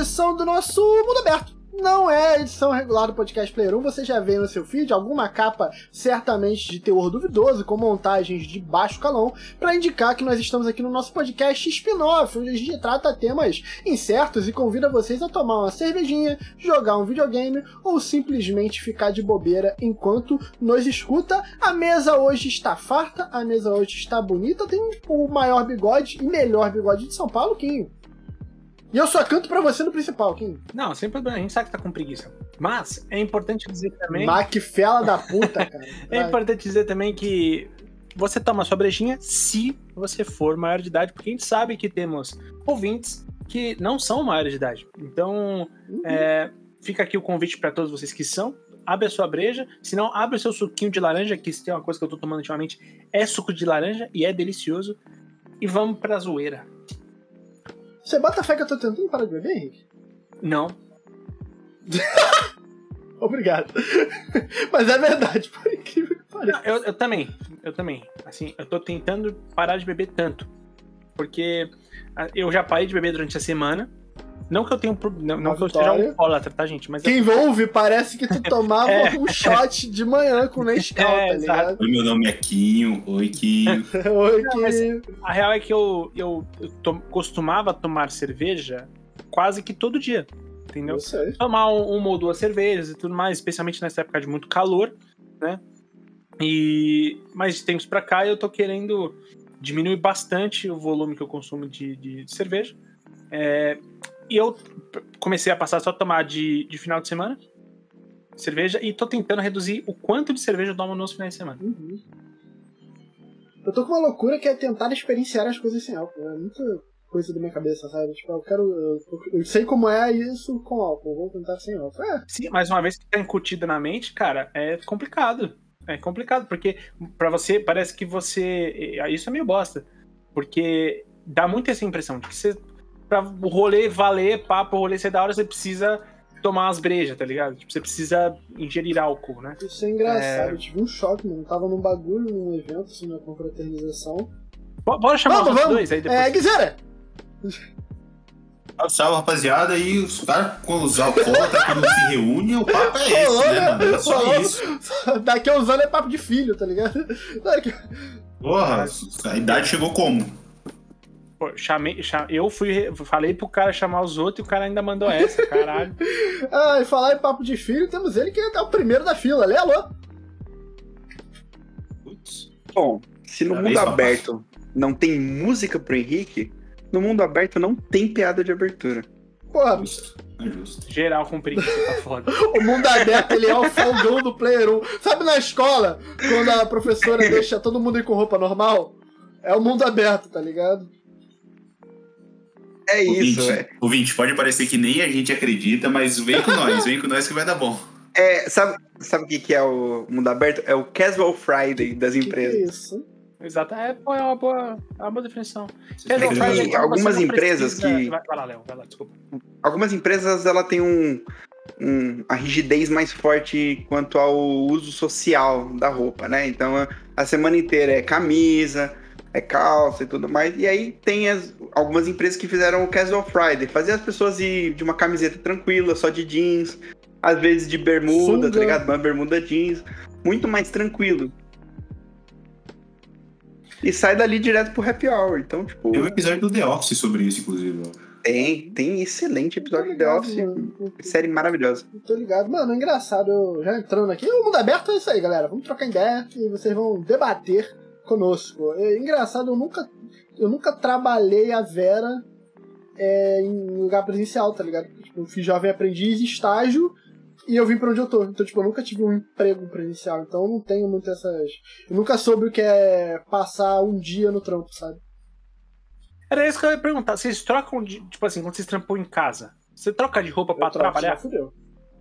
edição do nosso Mundo Aberto. Não é a edição regular do Podcast Player 1, você já vê no seu feed alguma capa certamente de teor duvidoso, com montagens de baixo calão, para indicar que nós estamos aqui no nosso podcast spin-off, onde a gente trata temas incertos e convida vocês a tomar uma cervejinha, jogar um videogame ou simplesmente ficar de bobeira enquanto nos escuta. A mesa hoje está farta, a mesa hoje está bonita, tem o maior bigode e melhor bigode de São Paulo, Quinho. E eu só canto pra você no principal, Kim. Não, sem problema, a gente sabe que tá com preguiça. Mas é importante dizer também... Macfela da puta, cara. É importante dizer também que você toma sua brejinha se você for maior de idade, porque a gente sabe que temos ouvintes que não são maiores de idade. Então, fica aqui o convite pra todos vocês que são. Abre a sua breja, se não, abre o seu suquinho de laranja, que se tem uma coisa que eu tô tomando ultimamente, é suco de laranja e é delicioso. E vamos pra zoeira. Você bota fé que eu tô tentando parar de beber, Henrique? Não. Obrigado. Mas é verdade, por incrível que pareça. Eu também. Assim, eu tô tentando parar de beber tanto. Porque eu já parei de beber durante a semana. Não que eu tenha não que eu seja um alcoólatra, tá, gente? Mas quem ouve parece que tu tomava um shot de manhã com Nescau, tá ligado? Oi, meu nome é Quinho. Oi, Quinho. Oi, Quinho. A real é que eu costumava tomar cerveja quase que todo dia, entendeu? Eu sei. Tomar uma ou duas cervejas e tudo mais, especialmente nessa época de muito calor, né? Mas de tempos pra cá eu tô querendo diminuir bastante o volume que eu consumo de cerveja. E eu comecei a passar só a tomar de final de semana cerveja e tô tentando reduzir o quanto de cerveja eu tomo nos finais de semana. Uhum. Eu tô com uma loucura que é tentar experienciar as coisas sem álcool. É muita coisa da minha cabeça, sabe? Tipo, eu sei como é isso com álcool, vou tentar sem álcool. Sim, mas uma vez que tá incutido na mente, cara, é complicado. É complicado, porque pra você, parece que você... Isso é meio bosta. Porque dá muito essa impressão de que você... Pra o rolê valer, o rolê ser da hora, você precisa tomar umas brejas, tá ligado? Tipo, você precisa ingerir álcool, né? Isso é engraçado, eu tive um choque, mano. Tava num bagulho, num evento, assim, na confraternização. Bora chamar os dois aí depois. Guizera! Salve, rapaziada, e os caras, quando os alcoólatras, quando se reúnem, o papo é esse, né, mano? É só isso. Daqui a uns anos é papo de filho, tá ligado? Porra, a idade chegou como? Pô, falei pro cara chamar os outros e o cara ainda mandou essa, caralho. E falar em papo de filho, temos ele que é o primeiro da fila, alô? Bom, se no mundo aberto não tem música pro Henrique, no mundo aberto não tem piada de abertura. Porra. É justo. Geral com preguiça, tá foda. O mundo aberto, ele é o folgão do Player 1. Sabe na escola, quando a professora deixa todo mundo ir com roupa normal? É o mundo aberto, tá ligado? É isso, Ouvinte, pode parecer que nem a gente acredita, mas vem com nós que vai dar bom. Sabe o que é o mundo aberto? É o Casual Friday das empresas. Que isso? Exato, é uma boa definição. Tem algumas empresas que... Vai lá, Léo, desculpa. Algumas empresas, ela tem a rigidez mais forte quanto ao uso social da roupa, né? Então, a semana inteira é camisa, é calça e tudo mais. E aí tem algumas empresas que fizeram o Casual Friday, fazer as pessoas ir de uma camiseta tranquila, só de jeans, às vezes de bermuda, tá ligado? Uma bermuda jeans, muito mais tranquilo. E sai dali direto pro happy hour, então, tipo... Tem um episódio do The Office sobre isso, inclusive. Tem excelente episódio do The Office, série maravilhosa. Tô ligado. Mano, é engraçado, eu já entrando aqui, o mundo aberto é isso aí, galera. Vamos trocar ideia e vocês vão debater conosco. É engraçado, eu nunca trabalhei a Vera em lugar presencial, tá ligado? Tipo, eu fiz jovem aprendiz, estágio, e eu vim pra onde eu tô. Então, tipo, eu nunca tive um emprego presencial, então eu não tenho muito essas... Eu nunca soube o que é passar um dia no trampo, sabe? Era isso que eu ia perguntar. Vocês trocam de... Tipo assim, quando vocês trampam em casa, você troca de roupa pra trabalhar? Fudeu.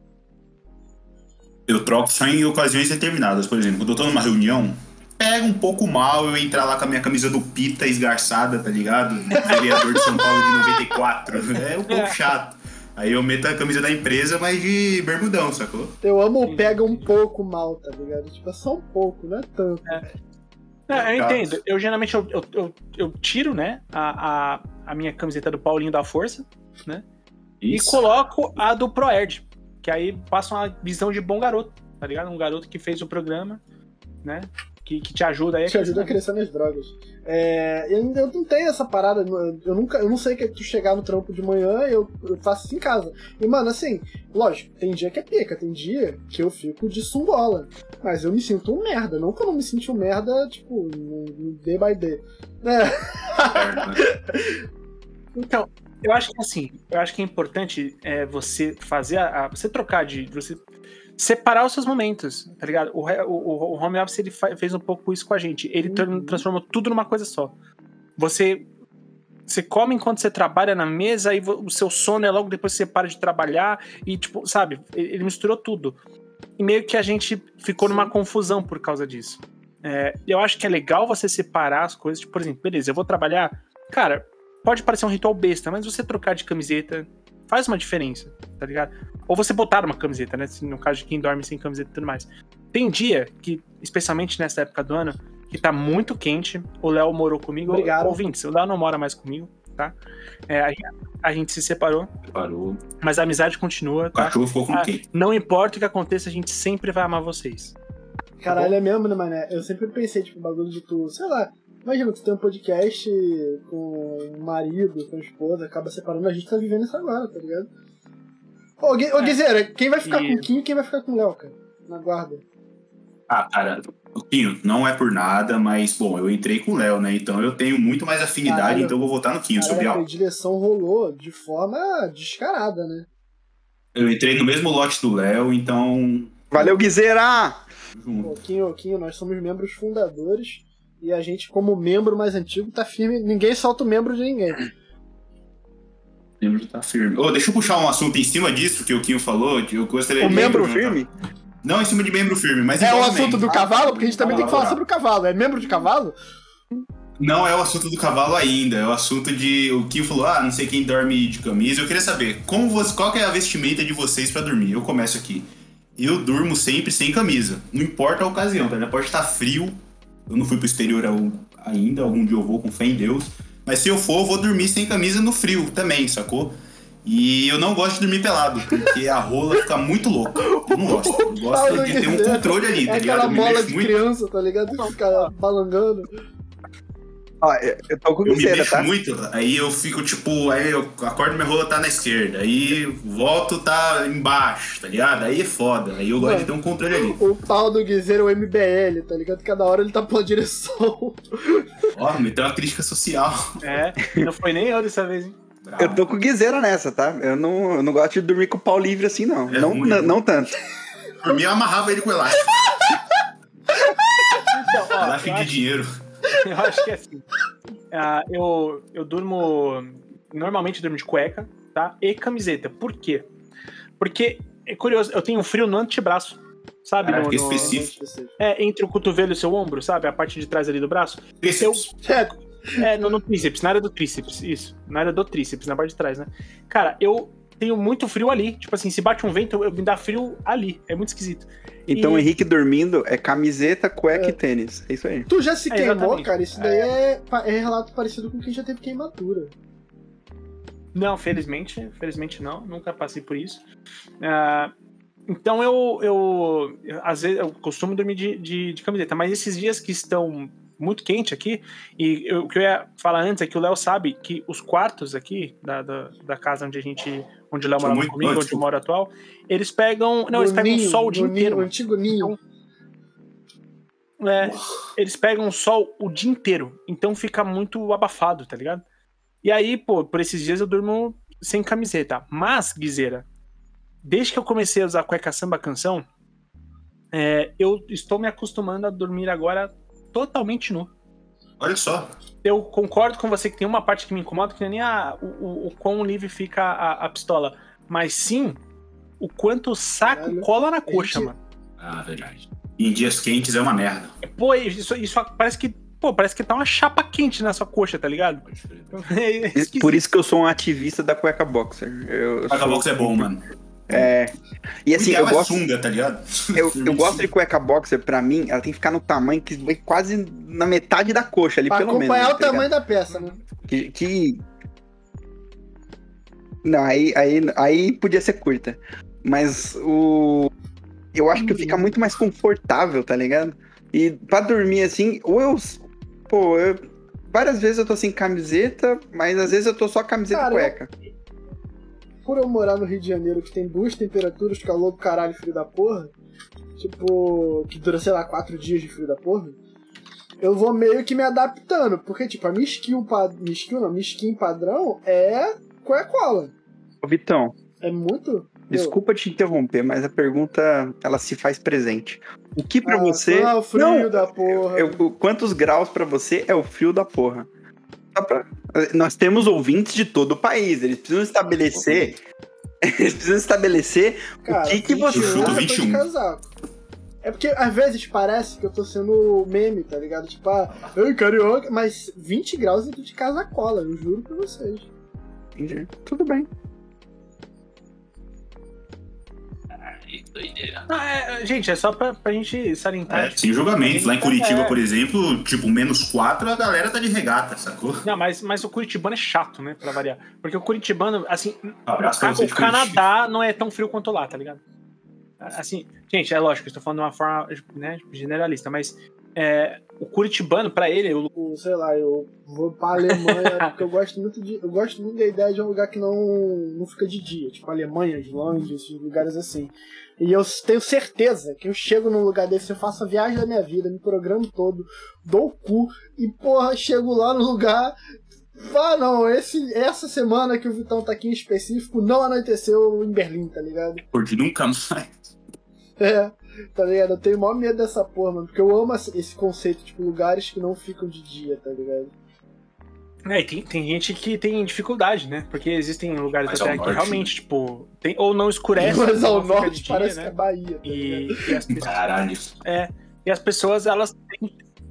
Eu troco só em ocasiões determinadas. Por exemplo, quando eu tô numa reunião, pega um pouco mal eu entrar lá com a minha camisa do Pita esgarçada, tá ligado? Vereador de São Paulo de 94. É um pouco chato. Aí eu meto a camisa da empresa, mas de bermudão, sacou? Eu amo o pega um pouco mal, tá ligado? Tipo, é só um pouco, não é tanto. Eu entendo. Eu geralmente eu tiro, né, a minha camiseta do Paulinho da Força, né? E coloco a do ProErd, que aí passa uma visão de bom garoto, tá ligado? Um garoto que fez o programa, né? Que te ajuda aí. Te ajuda a crescer nas drogas. Eu não tenho essa parada, eu não sei que é tu chegar no trampo de manhã, eu faço isso em casa. E, mano, assim, lógico, tem dia que é pica, tem dia que eu fico de sungola. Mas eu me sinto um merda, não que eu não me sinto um merda, tipo, no day by day. Então, eu acho que assim, é importante você fazer você trocar você separar os seus momentos, tá ligado? O home office ele fez um pouco isso com a gente. Ele transformou tudo numa coisa só. Você come enquanto você trabalha na mesa e o seu sono é logo depois que você para de trabalhar e, tipo, sabe? Ele misturou tudo. E meio que a gente ficou numa confusão por causa disso. Eu acho que é legal você separar as coisas. Tipo, por exemplo, beleza, eu vou trabalhar... Cara, pode parecer um ritual besta, mas você trocar de camiseta faz uma diferença, tá ligado? Ou você botar uma camiseta, né? No caso de quem dorme sem camiseta e tudo mais. Tem dia que, especialmente nessa época do ano, que tá muito quente. O Léo morou comigo. Obrigado. Ouvintes, o Léo não mora mais comigo, tá? A gente se separou. Mas a amizade continua, tá? O cachorro ficou com quem? Não importa o que aconteça, a gente sempre vai amar vocês. Caralho, é mesmo, né, mané? Eu sempre pensei, tipo, o bagulho de tu, sei lá, imagina, tu tem um podcast com o marido, com a esposa, acaba separando, a gente tá vivendo isso agora, tá ligado? Ô, Guizeira, quem vai ficar com o Kim e quem vai ficar com o Léo, cara? Na guarda. Ah, cara, o Quinho, não é por nada, mas, bom, eu entrei com o Léo, né? Então eu tenho muito mais afinidade, Caralho, então eu vou votar no Quinho, cara, sobre a algo. predileção rolou de forma descarada, né? Eu entrei no mesmo lote do Léo, então... Valeu, Guizeira! Pô, Quinho, nós somos membros fundadores e a gente, como membro mais antigo, tá firme. Ninguém solta o membro de ninguém. Membro tá firme. Deixa eu puxar um assunto em cima disso que o Quinho falou, que eu gostaria O de... membro firme? Não em cima de membro firme, mas... É o igualmente. assunto do cavalo? Porque a gente também tem que falar sobre o cavalo. É membro de cavalo? Não é o assunto do cavalo ainda, é o assunto de... O Quinho falou, não sei quem dorme de camisa. Eu queria saber, qual que é a vestimenta de vocês pra dormir? Eu começo aqui. Eu durmo sempre sem camisa. Não importa a ocasião, tá? Pode estar frio. Eu não fui pro exterior ainda. Algum dia eu vou, com fé em Deus. Mas se eu for, eu vou dormir sem camisa no frio também, sacou? E eu não gosto de dormir pelado, porque a rola fica muito louca. Eu não gosto. Eu gosto de ter um controle ali, tá ligado? Aquela bola de criança, tá ligado? Fica balangando. Eu tô com Eu me Guizeira, mexo tá? muito, aí eu fico tipo, aí eu acordo, minha rola tá na esquerda, aí volto, tá embaixo, tá ligado? Aí é foda, aí eu gosto de ter um controle ali. O pau do Guizeira é o MBL, tá ligado? Cada hora ele tá pela direção. Meteu uma crítica social. Não foi nem eu dessa vez, hein? Bravo. Eu tô com Guizeira nessa, tá? Eu não gosto de dormir com o pau livre assim, não. Não tanto. Por mim, eu amarrava ele com elástico. Então, Elástico de dinheiro. Eu acho que é assim. Eu durmo. Normalmente eu durmo de cueca, tá? E camiseta. Por quê? Porque é curioso, eu tenho frio no antebraço. Sabe? Caraca, que específico. Entre o cotovelo e o seu ombro, sabe? A parte de trás ali do braço. Tríceps. No tríceps, na área do tríceps. Isso. Na área do tríceps, na parte de trás, né? Cara, eu tenho muito frio ali. Tipo assim, se bate um vento, me dá frio ali. É muito esquisito. Então o Henrique dormindo é camiseta, cueca e tênis. É isso aí. Tu já se queimou, exatamente. cara? Isso daí é relato parecido com quem já teve queimadura. Não, felizmente não. Nunca passei por isso. Então eu às vezes eu costumo dormir de camiseta, mas esses dias que estão muito quente aqui, e o que eu ia falar antes é que o Léo sabe que os quartos aqui da casa onde o Léo morava comigo, onde eu moro atual, eles pegam sol o dia inteiro. O antigo ninho. Eles pegam sol o dia inteiro, então fica muito abafado, tá ligado? E aí, por esses dias eu durmo sem camiseta. Mas, Guizeira, desde que eu comecei a usar cueca samba canção, eu estou me acostumando a dormir agora totalmente nu. Olha só. Eu concordo com você que tem uma parte que me incomoda, que nem o quão livre fica a pistola. Mas sim, o quanto o saco cola na coxa, mano. Verdade. E em dias quentes é uma merda. Isso parece que tá uma chapa quente na sua coxa, tá ligado? Por isso que eu sou um ativista da cueca boxer. Cueca boxer é bom, mano. E assim, eu gosto. Sunga, tá ligado? Eu gosto de cueca boxer, pra mim, ela tem que ficar no tamanho que vai quase na metade da coxa ali, pra pelo menos. Pra acompanhar o tamanho da peça, né? Não, aí podia ser curta. Mas eu acho que fica muito mais confortável, tá ligado? E pra dormir assim, várias vezes eu tô sem camiseta, mas às vezes eu tô só camiseta e cueca. Por eu morar no Rio de Janeiro, que tem 2 temperaturas, calor do caralho, frio da porra, tipo, que dura, sei lá, 4 dias de frio da porra, eu vou meio que me adaptando, porque, tipo, a minha skin padrão é cuecola. Ô, Vitão, é muito... Desculpa te interromper, mas a pergunta, ela se faz presente. O que pra você... o frio da porra. Quantos graus pra você é o frio da porra? Nós temos ouvintes de todo o país, eles precisam estabelecer... Cara, o que você... Eu chuto 21. É porque às vezes parece que eu tô sendo meme, tá ligado? Tipo, ai, carioca, mas 20 graus eu tô de casa cola, eu juro pra vocês. Entendi. Tudo bem. Gente, é só pra gente salientar. Sem julgamentos. Lá em Curitiba, por exemplo, tipo, -4, a galera tá de regata, sacou? Não, mas o curitibano é chato, né, pra variar. Porque o curitibano, assim, o Canadá não é tão frio quanto lá, tá ligado? Assim, gente, é lógico, eu estou falando de uma forma, né, generalista, mas o curitibano, pra ele... Sei lá, eu vou pra Alemanha porque eu gosto muito da ideia de um lugar que não fica de dia, tipo Alemanha, Islândia, esses lugares assim. E eu tenho certeza que eu chego num lugar desse, eu faço a viagem da minha vida, me programo todo, dou o cu e, porra, chego lá no lugar... não, essa semana que o Vitão tá aqui em específico, não anoiteceu em Berlim, tá ligado? Porque nunca mais. Tá ligado? Eu tenho o maior medo dessa porra, mano, porque eu amo esse conceito, tipo, lugares que não ficam de dia, tá ligado? E tem gente que tem dificuldade, né? Porque existem lugares da Terra que realmente, tipo, ou não escurece. Mas ao norte de dia, parece né? que é Bahia, tá e as pessoas, Caralho. E as pessoas, elas têm...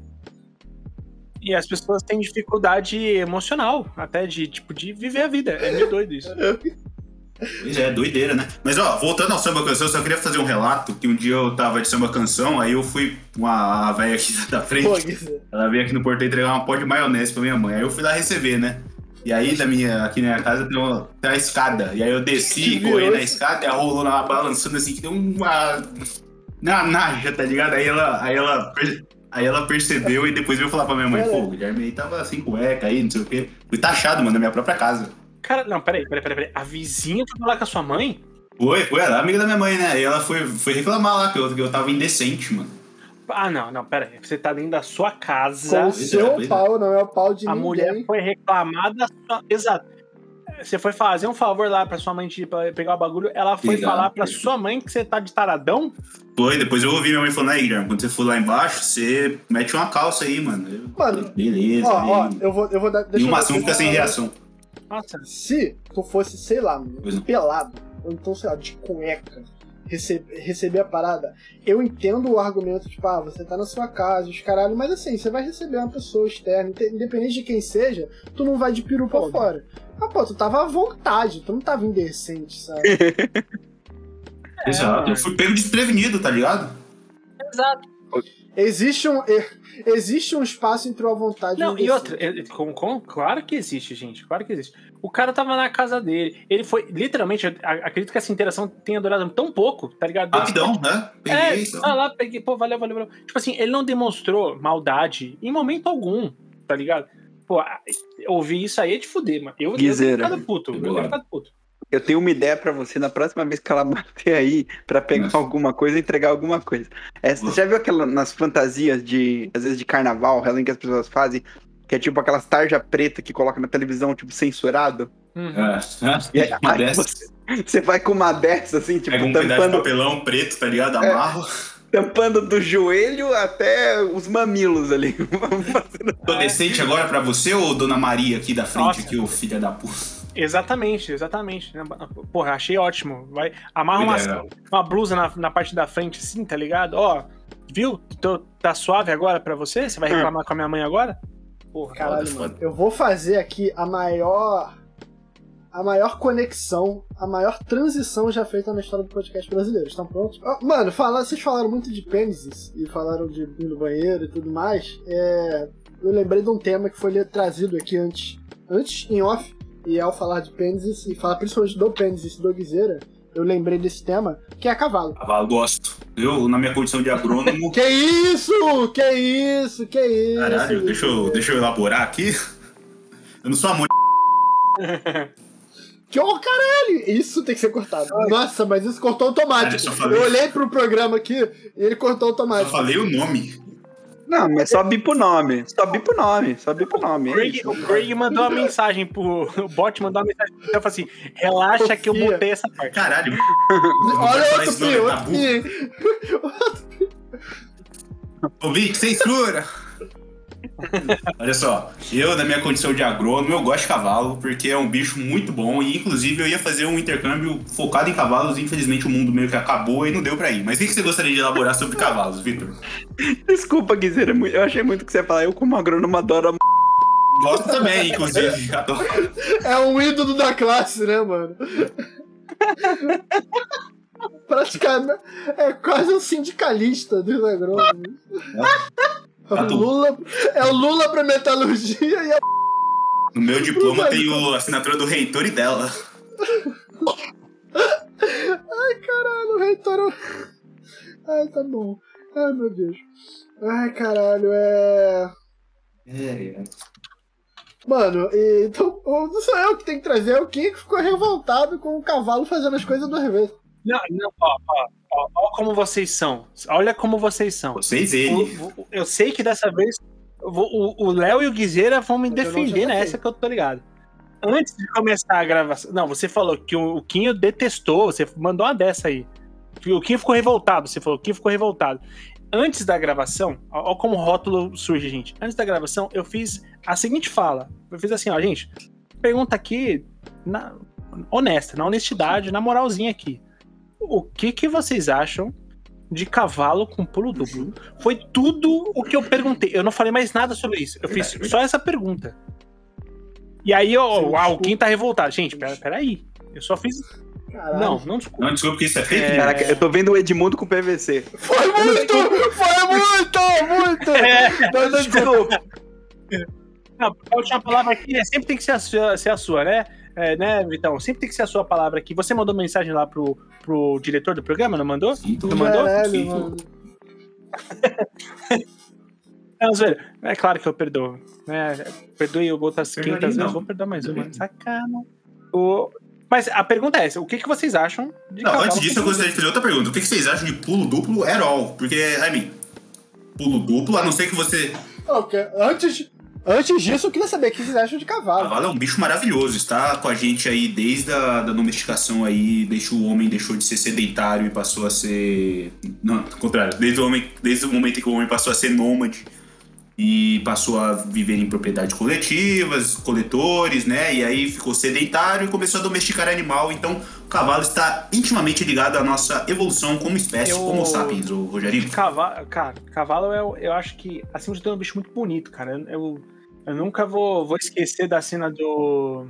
E as pessoas têm dificuldade emocional, até de viver a vida. É meio doido isso. Pois é, doideira, né? Mas, ó, voltando ao samba canção, eu só queria fazer um relato, que um dia eu tava de samba canção, aí eu fui com a velha aqui da frente, ela veio aqui no portão entregar uma pó de maionese pra minha mãe, aí eu fui lá receber, né? E aí, aqui na minha casa tem uma escada, e aí eu desci, corri na escada, e ela rolou lá, balançando assim, que deu uma naja, tá ligado? Aí ela percebeu e depois veio falar pra minha mãe, pô, o Guilherme aí tava sem cueca aí, não sei o quê. Fui taxado, mano, na minha própria casa. Cara, não, peraí. A vizinha foi falar com a sua mãe? Foi, ela é amiga da minha mãe, né? Aí ela foi reclamar lá que eu tava indecente, mano. Não, peraí. Você tá dentro da sua casa. Com o seu pau, não é o pau de ninguém. A mulher foi reclamar da sua... Exato. Você foi fazer um favor lá pra sua mãe pra pegar o bagulho, ela foi falar pra sua mãe que você tá de taradão? Foi, depois eu ouvi minha mãe falando, aí, Guilherme, quando você for lá embaixo, você mete uma calça aí, mano. Beleza. Ó, eu vou dar... E uma ação fica sem reação. Nossa. Se tu fosse, sei lá, pelado, ou então, sei lá, de cueca, receber a parada, eu entendo o argumento, tipo, você tá na sua casa, os caralho, mas assim, você vai receber uma pessoa externa, independente de quem seja, tu não vai de peru pra fora. Tu tava à vontade, tu não tava indecente, sabe? Exato, eu fui pego desprevenido, tá ligado? Exato. Existe um espaço entre a vontade e e outra, claro que existe, gente, claro que existe. O cara tava na casa dele, ele foi, literalmente, acredito que essa interação tenha durado tão pouco, tá ligado? Rapidão, né? Peguei, pô, valeu. Tipo assim, ele não demonstrou maldade em momento algum, tá ligado? Pô, ouvir isso aí é de fuder, mano. Eu teria ficado puto. Eu tenho uma ideia pra você na próxima vez que ela bater aí pra pegar alguma coisa e entregar alguma coisa. Você já viu nas fantasias às vezes de carnaval, Halloween que as pessoas fazem, que é tipo aquelas tarja preta que coloca na televisão, tipo, censurado? Você vai com uma dessa, assim, tipo, pega um pedaço de papelão preto, tá ligado? Amarro. Tampando do joelho até os mamilos ali. Tô decente agora pra você ou Dona Maria aqui da frente, aqui, ô filha da puta? Exatamente. Porra, achei ótimo. Vai, amarra uma blusa na parte da frente, assim, tá ligado? Ó, viu? Tá suave agora pra você? Você vai reclamar com a minha mãe agora? Porra, caralho, mano. Eu vou fazer aqui a maior conexão, a maior transição já feita na história do podcast brasileiro. Estão prontos? Mano, vocês falaram muito de pênises e falaram de ir no banheiro e tudo mais. Eu lembrei de um tema que foi trazido aqui antes em off, e ao falar de pênis, e falar principalmente do pênis e do guiseira, eu lembrei desse tema, que é cavalo. Cavalo, gosto. Eu, na minha condição de agrônomo... Que isso? Caralho, deixa eu elaborar aqui. Eu não sou amor. Que horror, caralho! Isso tem que ser cortado. Nossa, mas isso cortou automático. Eu olhei pro programa aqui e ele cortou automático. Só falei o nome. Não, mas só bipa o nome. O Craig mandou uma mensagem pro... O bot mandou uma mensagem pro... Eu falei assim, relaxa que eu botei essa parte. Caralho. Olha outro pi. Ô, Vic, censura! Olha só, eu, na minha condição de agrônomo, eu gosto de cavalo, porque é um bicho muito bom, e inclusive eu ia fazer um intercâmbio focado em cavalos, infelizmente o mundo meio que acabou e não deu pra ir. Mas o que você gostaria de elaborar sobre cavalos, Vitor? Desculpa, Guiseira, eu achei muito que você ia falar. Eu, como agrônomo, adoro a... Gosto também, inclusive. Adoro. É um ídolo da classe, né, mano? Praticamente, é quase um sindicalista dos agrônomos. É o Lula pra metalurgia e a... No meu diploma tem a assinatura do reitor e dela. Ai, caralho, o reitor... Ai, tá bom. Ai, meu Deus. Ai, caralho, Mano, então não sou eu que tenho que trazer, é o Kim que ficou revoltado com o cavalo fazendo as coisas duas vezes. Não, ó como vocês são. Olha como vocês são. Vocês, ele. Eu sei que dessa vez o Léo e o Guiseira vão me defender nessa que eu tô ligado. Antes de começar a gravação... Não, você falou que o Quinho detestou, você mandou uma dessa aí. O Quinho ficou revoltado, você falou que o Quinho ficou revoltado. Antes da gravação, olha como o rótulo surge, gente. Antes da gravação, eu fiz a seguinte fala. Eu fiz assim, ó, gente, pergunta aqui honesta, na honestidade, na moralzinha aqui. O que vocês acham de cavalo com pulo duplo? Foi tudo o que eu perguntei. Eu não falei mais nada sobre isso. Eu fiz só essa pergunta. E aí, o Kim tá revoltado. Gente, peraí. Eu só fiz... Caralho. Não desculpa. Não, desculpa, porque isso é feito. Caraca, eu tô vendo o Edmundo com PVC. Foi muito! Não, desculpa. Não, a última palavra aqui sempre tem que ser a sua, né? Né, Vitão? Sempre tem que ser a sua palavra aqui. Você mandou mensagem lá pro diretor do programa, não mandou? Sim, não mandou? Caralho, mano. Não, zoeira. É claro que eu perdoo. Né? Perdoe eu outras 500 vezes, não. vou perdoar mais uma. Sacana. Mas a pergunta é essa: o que vocês acham de Não, cavalo? antes disso eu gostaria de fazer outra pergunta. O que vocês acham de pulo duplo at all? Porque, pulo duplo, a não ser que você... Okay. Antes disso, eu queria saber o que vocês acham de cavalo. Cavalo é um bicho maravilhoso, está com a gente aí desde a domesticação aí, desde o homem deixou de ser sedentário e passou a ser... Não, ao contrário, desde o momento em que o homem passou a ser nômade e passou a viver em propriedades coletivas, coletores, né? E aí ficou sedentário e começou a domesticar animal. Então, o cavalo está intimamente ligado à nossa evolução como espécie, Homo sapiens, o Rogerinho. Cavalo eu acho que, acima de tudo, é um bicho muito bonito, cara. Eu nunca vou esquecer da cena do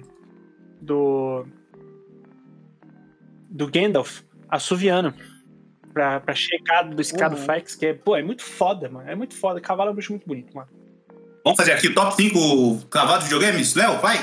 Gandalf assoviando pra chegar do Scadofax, que é muito foda, mano. É muito foda. Cavalo é um bicho muito bonito, mano. Vamos fazer aqui o top 5 cavalos de videogames? Léo, vai!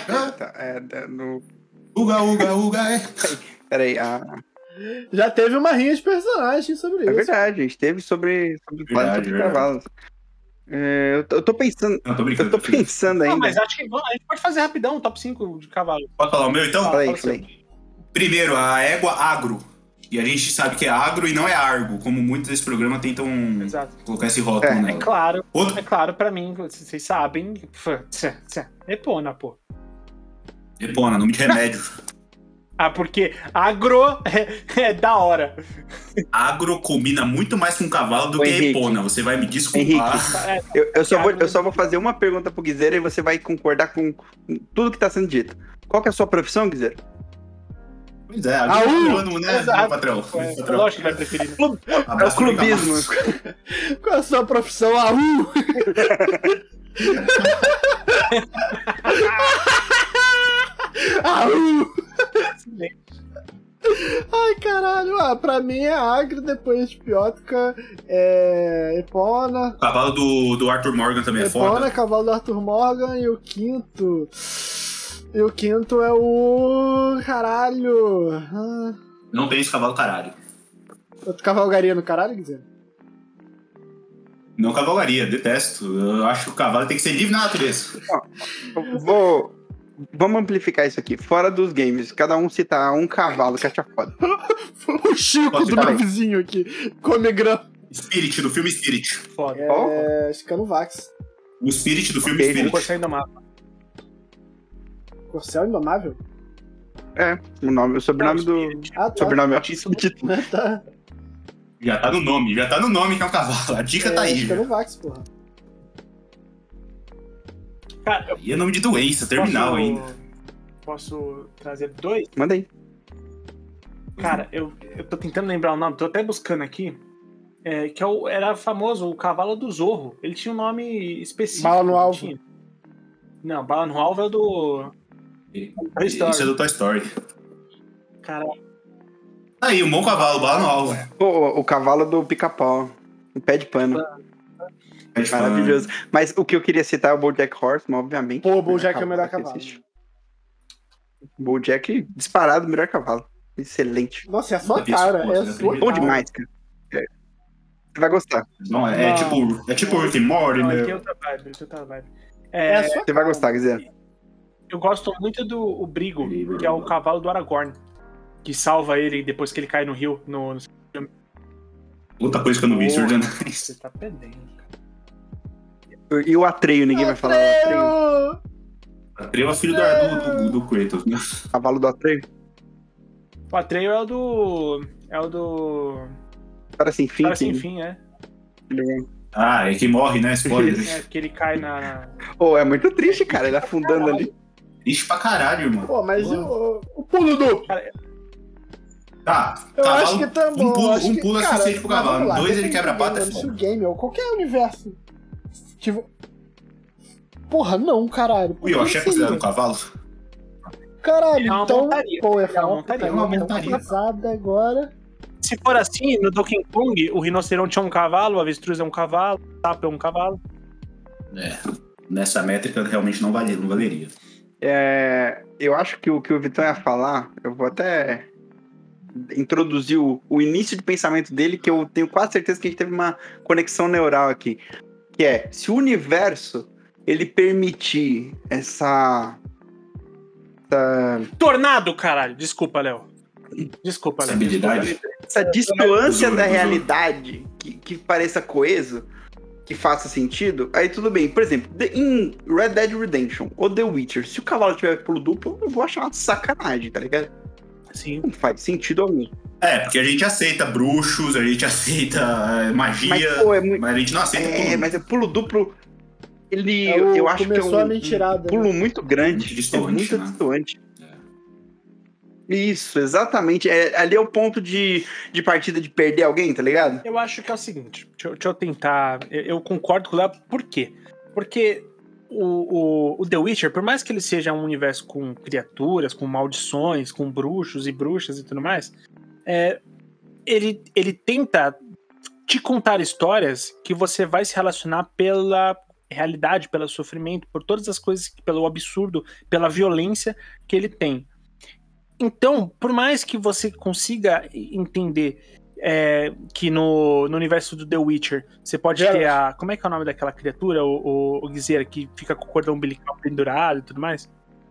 Uga. Peraí, Já teve uma rinha de personagens sobre isso. É verdade, a gente teve sobre quase todos os cavalos. Eu tô pensando. Não, tô brincando. Eu tô pensando ainda. Não, mas acho que a gente pode fazer rapidão um top 5 de cavalo. Pode falar o meu, então? Falei. Primeiro, a égua agro. E a gente sabe que é agro e não é argo, como muitos desse programa tentam colocar esse rótulo nela. É claro pra mim, vocês sabem. Epona, pô. Epona, nome de remédio. Porque agro é da hora. Agro combina muito mais com cavalo do que Henrique. Epona. Você vai me desculpar. Eu só vou fazer uma pergunta pro Guiseira e você vai concordar com tudo que tá sendo dito. Qual que é a sua profissão, Guiseira? Pois é, agrônomo, né, meu patrão? Lógico que vai preferir. É o clubismo. Qual é a sua profissão? Ai, caralho. Pra mim é agro, depois espiótica, Epona. O cavalo do Arthur Morgan também é foda. Epona, cavalo do Arthur Morgan. E o quinto... E o quinto é o... Caralho. Não tem esse cavalo caralho. Outro cavalgaria no caralho, quer dizer? Não cavalgaria, detesto. Eu acho que o cavalo tem que ser livre na natureza. Vamos amplificar isso aqui. Fora dos games, cada um citar um cavalo que acha foda. O Chico Posso do citar meu aí? vizinho aqui. Come grão. Spirit, do filme Spirit. Foda. Scanovax. O Spirit do filme Ok, O Spirit. Corsair do Mapa. Corcel Indomável? O sobrenome do... Ah, tá. Sobrenome é o título. Tá. Já tá no nome que é um cavalo. A dica tá aí. já. Scanovax, porra. Cara, E é nome de doença, terminal ainda. Posso trazer 2? Manda aí. Cara, eu tô tentando lembrar o nome, tô até buscando aqui. Era famoso, o cavalo do Zorro. Ele tinha um nome específico. Bala no não alvo. tinha? Não, Bala no Alvo é o do... Toy Story. Isso é do Toy Story. Cara, Aí, um bom cavalo, bala no alvo. O cavalo do pica-pau. O pé de pano. É tipo, Maravilhoso. Mas o que eu queria citar é o BoJack Horseman, obviamente. Pô, o BoJack é o melhor que cavalo. existe. BoJack, disparado, o melhor cavalo. Excelente. Nossa, é a sua Sabia cara. essa É a porra, sua né? Bom cara. demais, cara. Você vai gostar. Não, Não. é tipo Rick and Morty, não, ele tem né? outra vibe, ele tem outra vibe. É a sua Você vai gostar, Guizé. Eu gosto muito do o Brigo, que é o cavalo do Aragorn. Que salva ele depois que ele cai no rio. No... Outra coisa que eu não vi, Senhor dos Porra, Anéis. Você tá perdendo, cara. E o Atreio, ninguém vai falar do Atreio. Atreio é filho do Kratos, né? Cavalo do Atreio. O Atreio é o do. Para sem fim. Cara sem fim, é. Ah, é que morre, né? Spoiler. É, que ele cai na. Pô, é muito triste, cara. Ele afundando ali. Ixi pra caralho, irmão. Pô, mas o pulo duplo? Tá, Eu cavalo, acho que tá bom. acho um que, pulo é cara, suficiente pro mas cavalo. vamos lá, 2 ele depende quebra a do pata, é game, se o foda. game ou qualquer universo. Tipo. Porra, não, caralho. O Yoshi é considerado um cavalo? Caralho, Ele é uma então. montaria. Pô, eu ia Ele é falar uma montaria, é uma montaria. pesada agora. Se for assim, no Donkey Kong, o rinoceronte é um cavalo, o avestruz é um cavalo, o sapo é um cavalo. É. Nessa métrica realmente não valeria. Eu acho que o Vitão ia falar, eu vou até introduzir o início de pensamento dele, que eu tenho quase certeza que a gente teve uma conexão neural aqui. Que é, se o universo ele permitir essa Tornado, caralho! Desculpa, Léo. Desculpa, Essa Léo. habilidade. essa distância Zoro, da Zoro. realidade que pareça coeso, que faça sentido, aí tudo bem. Por exemplo, em Red Dead Redemption ou The Witcher, se o cavalo tiver pulo duplo, eu vou achar uma sacanagem, tá ligado? Sim. Não faz sentido algum. É, porque a gente aceita bruxos, a gente aceita magia, Mas, pô, é muito... mas a gente não aceita tudo. mas o pulo duplo, ele, É o- eu acho que é começou a um mentirada, pulo muito grande. Muito distoante, é muito né? distoante. Isso, exatamente. Ali é o ponto de partida de perder alguém, tá ligado? Eu acho que é o seguinte, deixa eu tentar. Eu concordo com o Léo, por quê? Porque o The Witcher, por mais que ele seja um universo com criaturas, com maldições, com bruxos e bruxas e tudo mais, ele tenta te contar histórias que você vai se relacionar pela realidade, pelo sofrimento, por todas as coisas, pelo absurdo, pela violência que ele tem. Então, por mais que você consiga entender que no universo do The Witcher você pode ter a... Como é que é o nome daquela criatura, o Gizera, que fica com o cordão umbilical pendurado e tudo mais?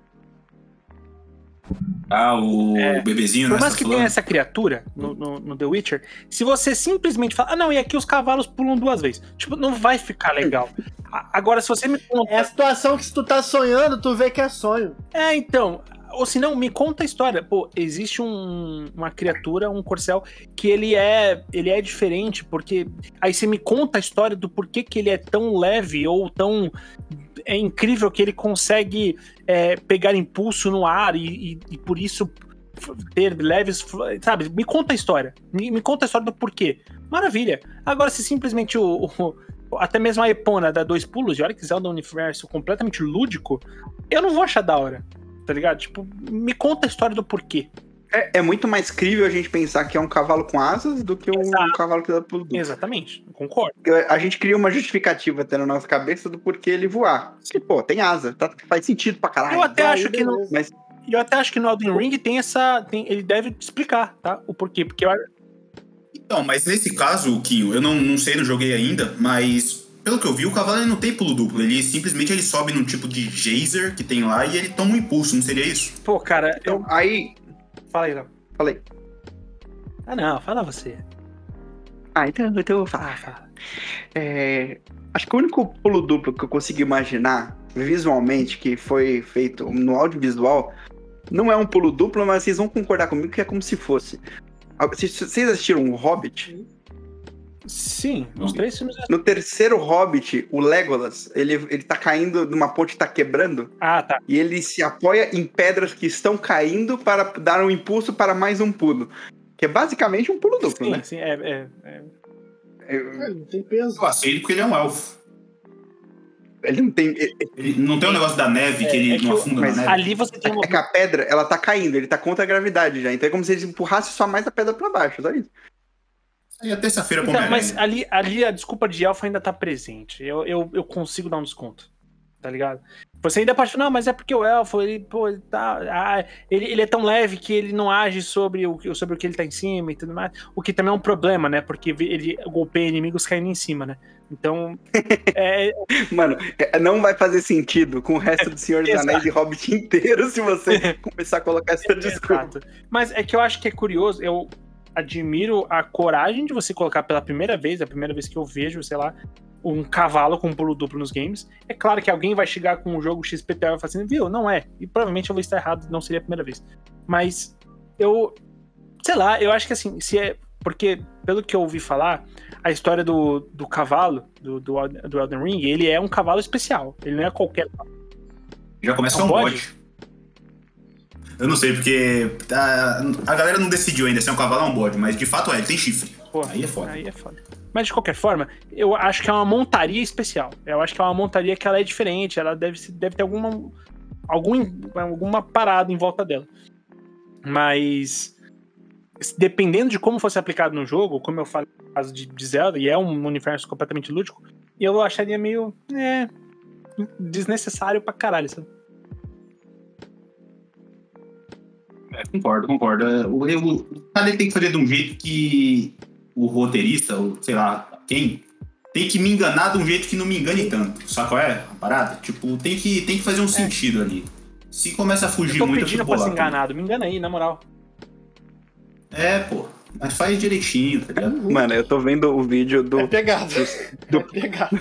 Ah, o bebezinho, né? Por mais você que tá tenha falando? essa criatura no The Witcher, se você simplesmente fala, não, e aqui os cavalos pulam 2 vezes, tipo, não vai ficar legal. Agora, se você me conta... É a situação que se tu tá sonhando, tu vê que é sonho. Então... Ou se não, me conta a história. Pô, existe uma criatura, um corcel, que ele é diferente, porque... Aí você me conta a história do porquê que ele é tão leve ou tão... É incrível que ele consegue pegar impulso no ar e por isso ter leves... Sabe, me conta a história. Me conta a história do porquê. Maravilha. Agora, se simplesmente até mesmo a Epona dá 2 pulos, e olha que Zelda é um universo completamente lúdico, eu não vou achar da hora. Tá ligado? Tipo, me conta a história do porquê. É muito mais crível a gente pensar que é um cavalo com asas do que um Exato. cavalo que dá pulo duplo. Exatamente, concordo. A gente cria uma justificativa até na nossa cabeça do porquê ele voar. Que, pô, tem asa, faz sentido pra caralho. Eu até Aí, acho que no, beleza. Mas eu até acho que no Elden Ring ele deve explicar, tá? O porquê. Porque Então, mas nesse caso, Kinho, eu não sei, não joguei ainda, mas pelo que eu vi, o cavalo ele não tem pulo duplo. Ele simplesmente ele sobe num tipo de geyser que tem lá e ele toma um impulso, não seria isso? pô, cara, então, aí. Fala aí, Léo. Falei. Ah, não, fala você. Então eu vou falar. Fala. Acho que o único pulo duplo que eu consigo imaginar visualmente que foi feito no audiovisual não é um pulo duplo, mas vocês vão concordar comigo que é como se fosse. Vocês assistiram o Hobbit? Sim, os 3 filmes. No terceiro Hobbit, o Legolas, ele tá caindo numa ponte que tá quebrando Ah, tá. e ele se apoia em pedras que estão caindo para dar um impulso para mais um pulo. Que é basicamente um pulo duplo, Sim, né? sim, Não tem peso. Eu aceito porque ele é um elfo. Ele não tem. Ele não tem um negócio da neve que ele é que não o- afunda na mas neve. Ali você tem uma. É que a pedra, ela tá caindo, ele tá contra a gravidade já. Então é como se ele empurrasse só mais a pedra pra baixo, só isso. Aí é terça-feira pra Então, mas Homem-Aranha. ali a desculpa de elfo ainda tá presente. Eu consigo dar um desconto. Tá ligado? Você ainda pode falar, não, mas é porque o elfo, ele tá. Ele é tão leve que ele não age sobre o que ele tá em cima e tudo mais. O que também é um problema, né? Porque ele golpeia inimigos caindo em cima, né? Então. Mano, não vai fazer sentido com o resto do Senhor dos Exato. Anéis e Hobbit inteiro se você começar a colocar essa desculpa. Exato. Mas é que eu acho que é curioso, eu admiro a coragem de você colocar pela primeira vez, a primeira vez que eu vejo, sei lá, um cavalo com pulo duplo nos games. É claro que alguém vai chegar com um jogo XPTO e falar assim, viu, não é. E provavelmente eu vou estar errado, não seria a primeira vez. Mas sei lá, eu acho que assim, se é. Porque, pelo que eu ouvi falar, a história do cavalo, do Elden Ring, ele é um cavalo especial. Ele não é qualquer. Já começa Não um pode? bode. Eu não sei, porque a galera não decidiu ainda se é um cavalo ou um bode, mas de fato ele tem chifre. Pô, Aí é foda. Aí é foda. Mas de qualquer forma, eu acho que é uma montaria especial. Eu acho que é uma montaria que ela é diferente. Ela deve ter alguma parada em volta dela. Mas dependendo de como fosse aplicado no jogo, como eu falei no caso de Zelda, e é um universo completamente lúdico, eu acharia meio desnecessário pra caralho, sabe? Concordo. O cara ele tem que fazer de um jeito que o roteirista, ou sei lá, quem, tem que me enganar de um jeito que não me engane tanto. Sabe qual é a parada? Tipo, tem que fazer um sentido ali. Se começa a fugir Eu tô muito, eu pedindo fico pra ser bolado. enganado. Me engana aí, na moral. Pô. Mas faz direitinho, tá ligado? Mano, eu tô vendo o vídeo do. É pegado. É pegado.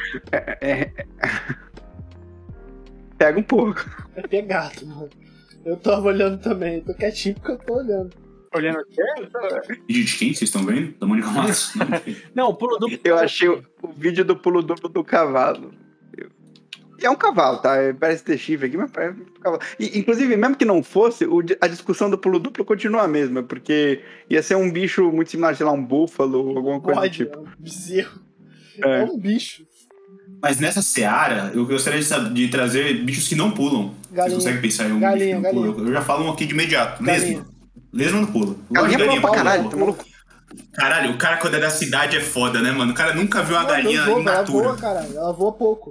Pega um pouco. É pegado, mano. Eu tava olhando também. Tô quietinho porque eu tô olhando. Olhando aqui. Vídeo de quem? Vocês estão vendo? Da Mônica Matos? Não, o pulo duplo. Eu achei o vídeo do pulo duplo do cavalo. É um cavalo, tá? Parece ter chifre aqui, mas parece um cavalo. E, inclusive, mesmo que não fosse, a discussão do pulo duplo continua a mesma, porque ia ser um bicho muito similar, sei lá, um búfalo, alguma coisa do Pode, tipo. é um bezerro. É um bicho. Mas nessa seara, eu gostaria de trazer bichos que não pulam. Galinha. Vocês conseguem pensar em um Galinha, bicho que não galinha. pula? Eu já falo um aqui de imediato. Galinha. Lesma não pula. Galinha pula pra caralho, tá maluco? Caralho, o cara quando é da cidade é foda, né, mano? O cara nunca viu uma Não, galinha não voa, in ela natura. voa, caralho. Ela voa pouco.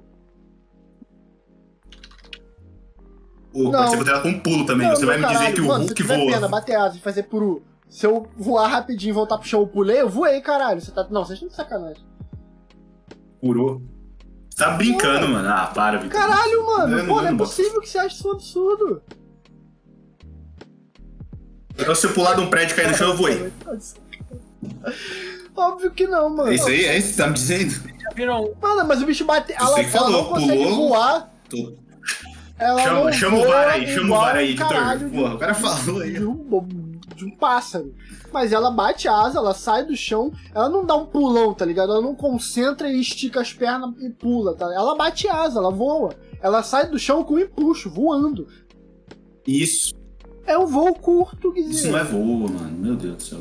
Ou Não. pode ser considerado como um pulo também. Você vai me dizer que o mano, Hulk se tiver voa. pena, bater asa e fazer puru. Se eu voar rapidinho e voltar pro chão, eu pulei, eu voei, caralho. Você tá... Não, vocês estão de sacanagem. Purou. Você tá brincando, mano. Ah, para, Vitor. Caralho, mano. Eu Pô, não é não boto. possível que você ache isso um absurdo. Se eu pular de um prédio e cair no chão, eu voei. Óbvio que não, mano. É isso aí? É isso que você tá me dizendo? Já viram? Mano, mas o bicho bate. Ela Você que falou, não consegue pulou. voar. Tô- Ela não Chama o voa VAR aí, chama o igual VAR aí, um editor. caralho Porra, o cara falou aí. de um pássaro. Mas ela bate a asa, ela sai do chão, ela não dá um pulão, tá ligado? Ela não concentra e estica as pernas e pula, tá? Ela bate a asa, ela voa. Ela sai do chão com um empuxo, voando. Isso. É um voo curto, Isso não é voo, mano. Meu Deus do céu.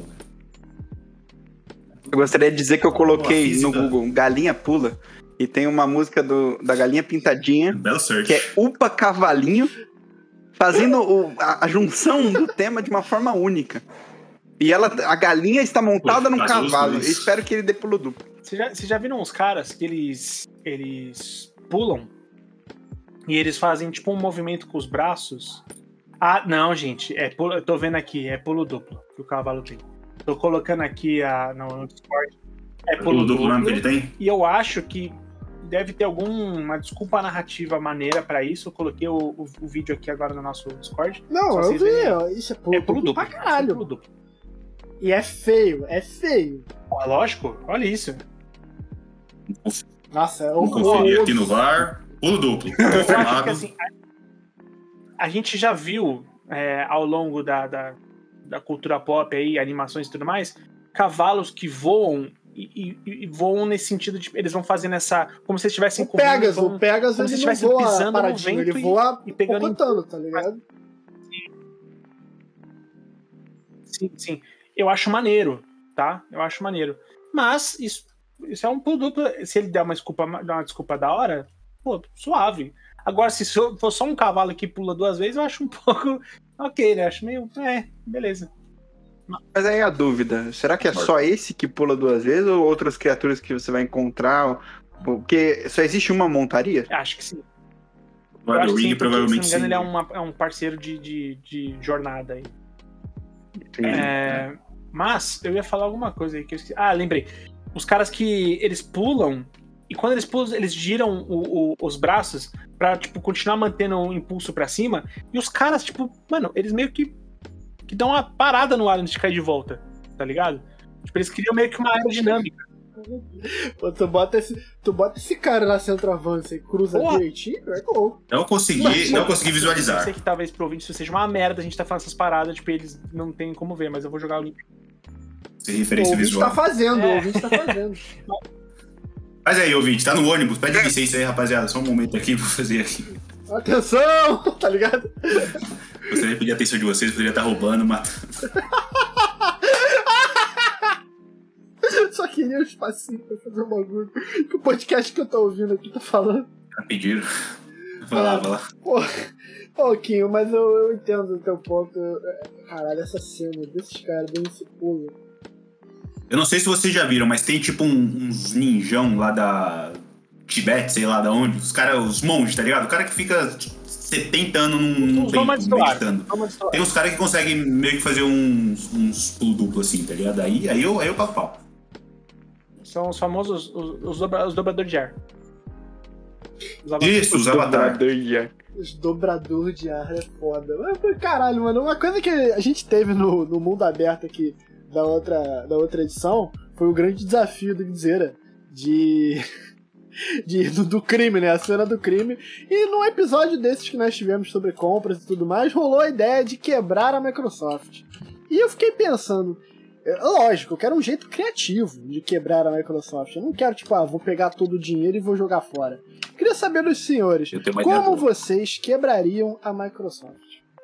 Eu gostaria de dizer que eu coloquei Física. no Google Galinha Pula e tem uma música da Galinha Pintadinha Belo search. que é Upa Cavalinho fazendo a junção do tema de uma forma única. E a galinha está montada num cavalo. Eu espero que ele dê pulo duplo. Vocês já viram uns caras que eles pulam e eles fazem tipo um movimento com os braços? Ah, não, gente. Eu tô vendo aqui, é pulo duplo que o cavalo tem. Tô colocando aqui no Discord. É pulo duplo mesmo que ele tem? E eu acho que deve ter alguma desculpa narrativa maneira pra isso. Eu coloquei o vídeo aqui agora no nosso Discord. Não, eu vi. Isso é pulo duplo pra caralho. É pulo duplo. E é feio. Pô, lógico, olha isso. Nossa, é Vou conferir aqui no VAR. Pulo duplo. Eu acho que assim, a gente já viu ao longo da cultura pop aí, animações e tudo mais, cavalos que voam e voam nesse sentido de eles vão fazendo essa, como se eles estivessem correndo. O Pegasus como se ele não estivessem voa pisando paradinho, no vento ele voa e pegando pocotando, tá ligado? Sim. Eu acho maneiro, tá? Eu acho maneiro. Mas isso é um pulo duplo. Se ele der uma desculpa da hora, pô, suave. Agora, se for só um cavalo que pula 2 vezes, eu acho um pouco ok, né? Acho meio, beleza. Mas aí a dúvida, será que é só esse que pula 2 vezes ou outras criaturas que você vai encontrar? Porque só existe uma montaria? Acho que sim. Vai do Ring, provavelmente se não me engano, sim. ele é um parceiro de jornada aí. Entendi. Mas eu ia falar alguma coisa aí que eu esqueci. Lembrei. Os caras que eles pulam e quando eles pulam, eles giram os braços pra, tipo, continuar mantendo o impulso pra cima. E os caras, tipo, mano, eles meio que dão uma parada no ar antes de cair de volta, tá ligado? Tipo, eles criam meio que uma aerodinâmica. Pô, tu bota esse cara na centroavance e cruza direitinho, é gol. Não consegui visualizar. Eu sei que talvez pro ouvinte isso seja uma merda, a gente tá falando essas paradas, tipo, eles não tem como ver, mas eu vou jogar o link. Sem referência visual. O ouvinte tá fazendo. Mas aí, ouvinte, tá no ônibus, pede licença aí, rapaziada. Só um momento aqui, vou fazer aqui. Atenção, tá ligado? Gostaria de pedir a atenção de vocês, poderia estar roubando, matando. Só queria um espacinho pra fazer um bagulho que o podcast que eu tô ouvindo aqui tá falando. Pediram. Vai lá. Pouquinho, mas eu entendo o teu ponto. Caralho, essa cena desses caras dando esse pulo. Eu não sei se vocês já viram, mas tem tipo uns ninjão lá da Tibete, sei lá da onde. Os monges, tá ligado? O cara que fica 70 anos num tempo meditando. Tem uns caras que conseguem meio que fazer uns pulo duplo assim, tá ligado? Aí eu pago pau. São os famosos os dobradores de ar. Isso, os avatar. Os dobradores de ar é foda. Mas, caralho, mano, uma coisa que a gente teve no mundo aberto aqui da outra edição foi o grande desafio do Guizeira do crime, né? A cena do crime. E num episódio desses que nós tivemos sobre compras e tudo mais, rolou a ideia de quebrar a Microsoft. E eu fiquei pensando, lógico, eu quero um jeito criativo de quebrar a Microsoft. Eu não quero, tipo, vou pegar todo o dinheiro e vou jogar fora. Queria saber dos senhores, como vocês quebrariam a Microsoft?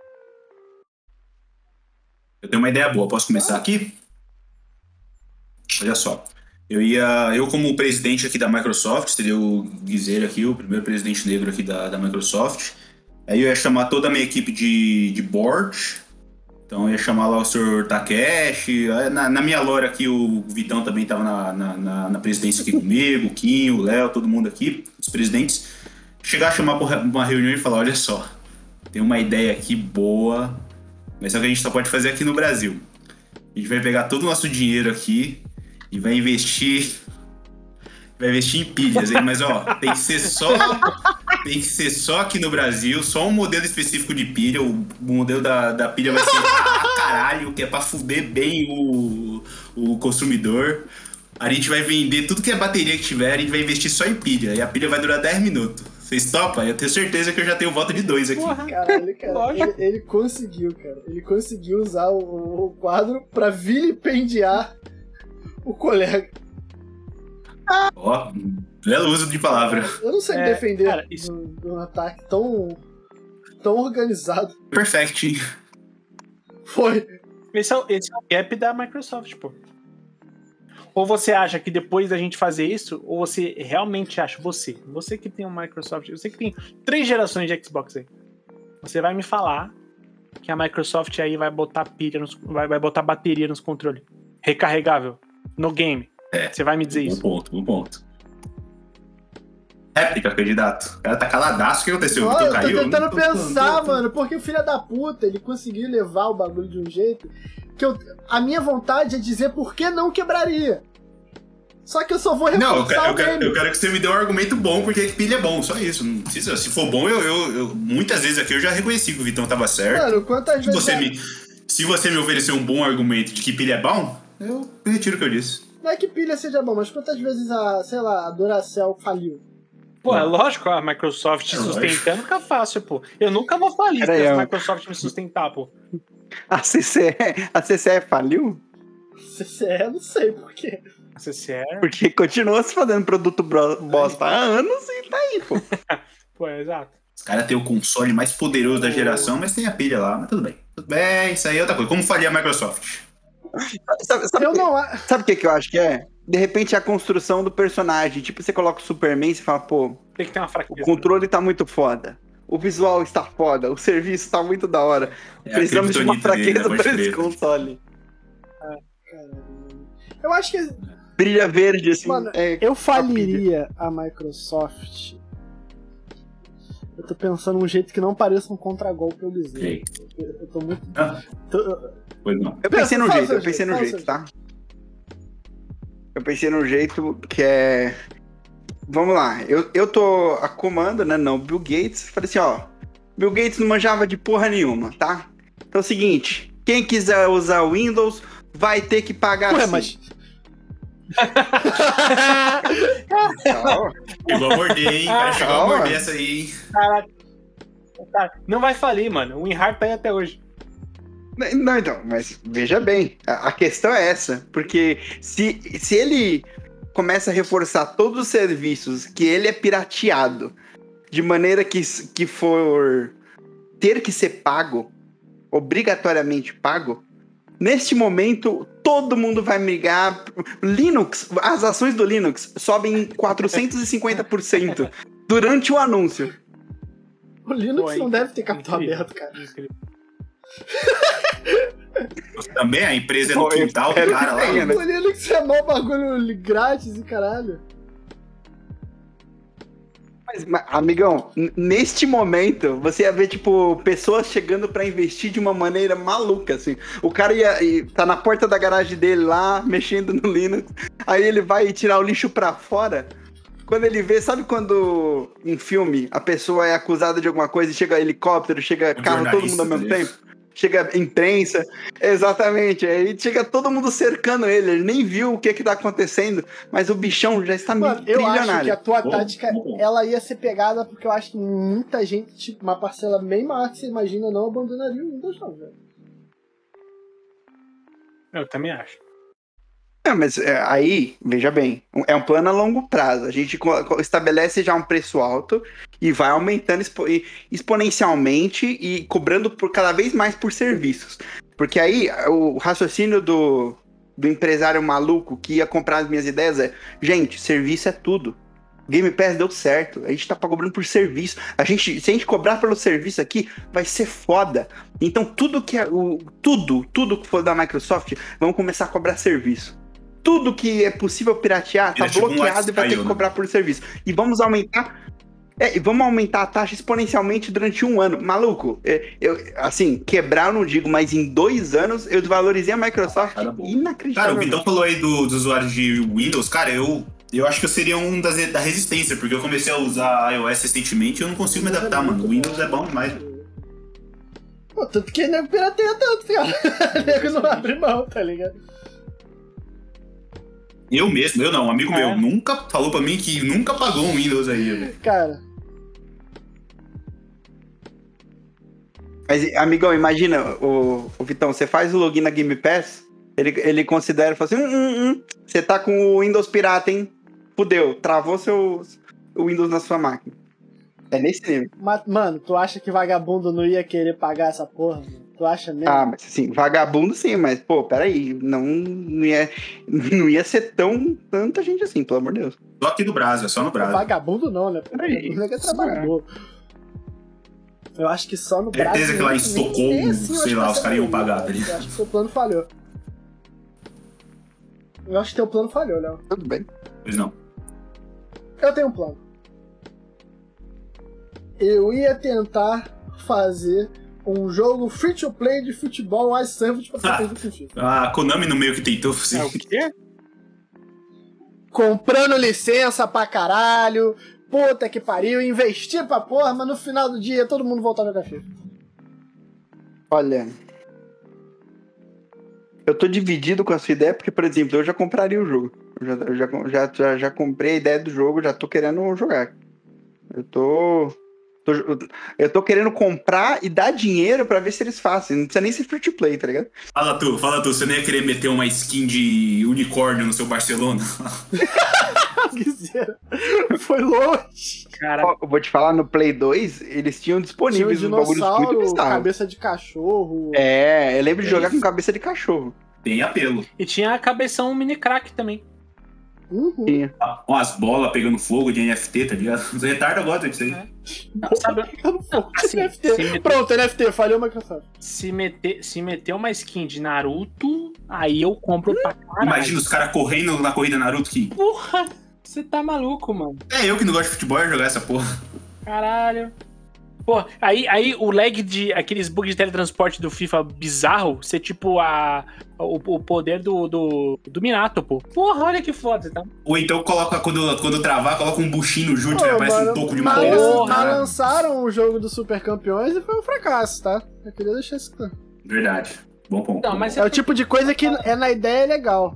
Eu tenho uma ideia boa, posso começar aqui? Olha só. Eu como presidente aqui da Microsoft, seria o Guizeira aqui, o primeiro presidente negro aqui da Microsoft. Aí eu ia chamar toda a minha equipe de board. Então eu ia chamar lá o Sr. Takeshi. Na minha lore aqui, o Vitão também estava na presidência aqui comigo, o Kim, o Léo, todo mundo aqui, os presidentes. Chegar a chamar para uma reunião e falar, olha só, tem uma ideia aqui boa, mas é o que a gente só pode fazer aqui no Brasil. A gente vai pegar todo o nosso dinheiro aqui e vai investir em pilhas, hein? Mas ó, tem que ser só aqui no Brasil, só um modelo específico de pilha. O modelo da pilha vai ser caralho, que é pra fuder bem o consumidor. A gente vai vender tudo que é bateria que tiver, a gente vai investir só em pilha. E a pilha vai durar 10 minutos. Vocês topam? Eu tenho certeza que eu já tenho voto de 2 aqui. Porra, caralho, cara. Ele conseguiu, cara. Ele conseguiu usar o quadro pra vilipendiar o colega. Ó, belo uso de palavra. Eu não sei me defender cara, de um ataque tão organizado. Perfect. Foi. Esse é o gap da Microsoft, pô. Ou você acha que depois da gente fazer isso, ou você realmente acha, você que tem um Microsoft, você que tem 3 gerações de Xbox aí, Você vai me falar que a Microsoft aí vai botar vai botar bateria nos controles. Recarregável. No game. Você vai me dizer isso. Um ponto. Réplica, candidato. O cara tá caladaço. O que aconteceu? Olha, eu tô caiu? tentando pensar, mano, porque o filho da puta, ele conseguiu levar o bagulho de um jeito que a minha vontade é dizer por que não quebraria. Só que eu só vou reforçar o game. Eu quero que você me dê um argumento bom, porque pilha é bom, só isso. Não precisa, se for bom, eu muitas vezes aqui eu já reconheci que o Vitão tava certo. Mano, quantas vezes... Se você me oferecer um bom argumento de que pilha é bom, eu retiro o que eu disse. Não é que pilha seja bom, mas quantas vezes a Duracell faliu? Pô, é lógico, a Microsoft sustentando fica fácil, pô. Eu nunca vou falir se a Microsoft me sustentar, pô. A CCE faliu? CCE, não sei por quê. A CCE... Porque continua se fazendo produto bosta há anos e tá aí, pô. Pô, exato. Os caras têm o console mais poderoso da geração, mas tem a pilha lá, mas tudo bem. Tudo bem, isso aí é outra coisa. Como faria a Microsoft? Sabe o que eu acho que é? De repente é a construção do personagem. Tipo, você coloca o Superman e você fala, pô, tem que ter uma fraqueza. O controle tá muito foda. O visual está foda. O serviço tá muito da hora. Precisamos de uma fraqueza pra esse console. Eu acho que... Brilha verde, assim. Mano, eu faliria a Microsoft. Eu tô pensando um jeito que não pareça um contragolpe eu dizer. Eu tô muito... Pois não. Eu pensei num jeito, tá? Eu pensei num jeito que é... Vamos lá, eu tô a comando, né? Não, Bill Gates. Falei assim, ó. Bill Gates não manjava de porra nenhuma, tá? Então é o seguinte, quem quiser usar o Windows vai ter que pagar assim. Mas... Chegou a morder, hein? Cara, chegou a morder essa aí, hein? Caraca. Não vai falir, mano. O WinRAR tá aí até hoje. Não, então, mas veja bem, a questão é essa, porque se ele começa a reforçar todos os serviços que ele é pirateado, de maneira que for ter que ser pago, obrigatoriamente pago, neste momento todo mundo vai migrar. Linux, as ações do Linux sobem 450% durante o anúncio. O Linux não deve ter capital aberto, cara. Também a empresa é no quintal do cara lá. Né? O Linux é mó bagulho grátis e caralho. Mas, amigão, neste momento, você ia ver, tipo, pessoas chegando pra investir de uma maneira maluca, assim. O cara tá na porta da garagem dele lá, mexendo no Linux, aí ele vai tirar o lixo pra fora. Quando ele vê, sabe quando em filme a pessoa é acusada de alguma coisa e chega helicóptero, chega carro, todo mundo ao mesmo tempo? Chega imprensa, exatamente, aí chega todo mundo cercando ele nem viu o que tá acontecendo, mas o bichão já está trilionário. Eu acho que a tua tática, ela ia ser pegada porque eu acho que muita gente, tipo, uma parcela bem maior que você imagina, não abandonaria o Windows não, velho. Eu também acho. Mas aí, veja bem, é um plano a longo prazo. A gente estabelece já um preço alto e vai aumentando exponencialmente e cobrando por cada vez mais por serviços. Porque aí o raciocínio do empresário maluco que ia comprar as minhas ideias é: gente, serviço é tudo. Game Pass deu certo, a gente tá cobrando por serviço. Se a gente cobrar pelo serviço aqui, vai ser foda. Então tudo que for da Microsoft, vamos começar a cobrar serviço. Tudo que é possível piratear tá bloqueado e vai ter que cobrar por serviço. E vamos aumentar a taxa exponencialmente durante um ano. Maluco, assim, quebrar eu não digo, mas em 2 anos eu desvalorizei a Microsoft inacreditável. Cara, o Vitão falou aí dos usuários de Windows. Cara, eu acho que eu seria um da resistência, porque eu comecei a usar iOS recentemente e eu não consigo me adaptar, mano. O Windows é bom demais. Pô, tanto que nego pirateia tanto, cara. Nego não abre mão, tá ligado? Um amigo meu, nunca falou pra mim que nunca pagou um Windows aí, velho. Cara. Mas, amigão, imagina, o Vitão, você faz o login na Game Pass, ele considera e fala assim, você tá com o Windows pirata, hein? Fudeu, travou o Windows na sua máquina. É nesse nível. Mas, mano, tu acha que vagabundo não ia querer pagar essa porra, mano? Tu acha mesmo? Ah, mas assim, vagabundo sim, mas, pô, peraí, não ia ser tanta gente assim, pelo amor de Deus. Só aqui no Brasil, só no Brasil. Vagabundo não, né? Peraí. Não é que é trabalhador. Eu acho que só no Certeza Brasil. que lá em nem Estocolmo, assim, eu sei acho lá, que os caras iam vai pagar, ser tá ligado? Eu acho que seu plano falhou. Eu acho que teu plano falhou, Léo. Tudo bem. Pois não. Eu tenho um plano. Eu ia tentar fazer um jogo free-to-play de futebol mais servo pra ser feito com FIFA. A Konami no meio que tentou fazer. É o quê? Comprando licença pra caralho, puta que pariu, investir pra porra, mas no final do dia todo mundo voltar a jogar FIFA. Olha, eu tô dividido com a sua ideia, porque, por exemplo, eu já compraria o jogo. Eu já comprei a ideia do jogo, já tô querendo jogar. Eu tô querendo comprar e dar dinheiro pra ver se eles fazem. Não precisa nem ser free to play, tá ligado? Fala tu, você não ia querer meter uma skin de unicórnio no seu Barcelona? Foi longe. Cara, Ó, eu vou te falar, no Play 2, eles tinham disponíveis Tinha uns um bagulhos muito dinossauro, bizarros. cabeça de cachorro. É, eu lembro de É jogar isso. com cabeça de cachorro. Tem apelo. e tinha a cabeção mini crack também. Uhum. Tinha. Umas bolas pegando fogo de NFT, tá ligado? Os retardos gostam disso aí. Não, sabe, assim, NFT. Pronto, NFT, falhou a Microsoft. se meter uma skin de Naruto, aí eu compro pra caralho. Imagina os caras correndo na corrida Naruto que... Porra, você tá maluco, mano. É eu que não gosto de futebol, ia jogar essa porra. Caralho. Pô, aí o lag de aqueles bugs de teletransporte do FIFA bizarro, ser tipo o poder do Minato, pô. Porra, olha que foda, tá? Ou então coloca, quando travar, coloca um buchinho no Júlio, Pô, parece mano, um toco de mas madeira. mas lançaram o jogo do Super Campeões e foi um fracasso, tá? Eu queria deixar isso claro. Verdade. Bom ponto. Não, mas É o tipo de coisa que é na ideia legal.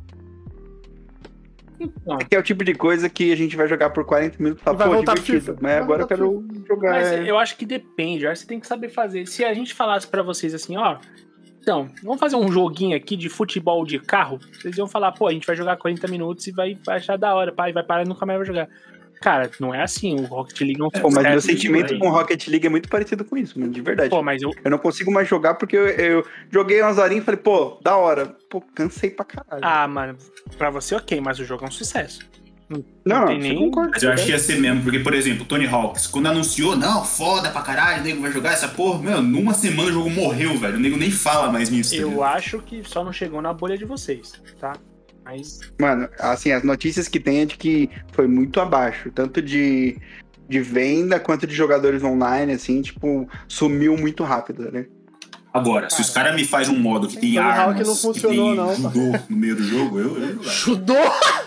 Não, Que é o tipo de coisa que a gente vai jogar por 40 minutos e E vai falar, pô, voltar pro divertido. FIFA. Mas Vai agora eu voltar quero pro jogar. mas eu acho que depende, eu acho que você tem que saber fazer. Se a gente falasse pra vocês assim, ó, então, vamos fazer um joguinho aqui de futebol de carro, vocês iam falar, pô, a gente vai jogar 40 minutos e vai achar da hora, pai, vai parar e nunca mais vai jogar. Cara, não é assim, o Rocket League não Pô, mas meu sucesso, sentimento aí. com Rocket League é muito parecido com isso, mano, de verdade. Pô, mas eu, Eu não consigo mais jogar porque eu joguei umas horinhas e falei, pô, da hora. Pô, cansei pra caralho. mano, pra você ok, mas o jogo é um sucesso. não, tem você nem- concorda. Mas eu acho que ia ser mesmo, porque, por exemplo, Tony Hawks, quando anunciou, não, foda pra caralho, o nego vai jogar essa porra, meu, numa semana o jogo morreu, velho. O nego nem fala mais nisso. tá Eu ligado? acho que só não chegou na bolha de vocês, tá? Mas Mano, assim, as notícias que tem é de que foi muito abaixo, tanto de venda quanto de jogadores online, assim, tipo, sumiu muito rápido, né? Agora, se os caras me fazem um modo que tem Tony Hawk armas, não funcionou, que tem não. judô no meio do jogo, eu Judô!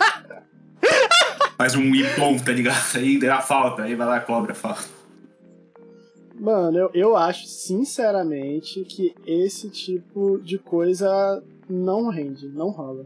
faz um ipom, tá ligado? Aí dá falta, aí vai lá cobra, falta. Mano, eu acho, sinceramente, que esse tipo de coisa não rende, não rola.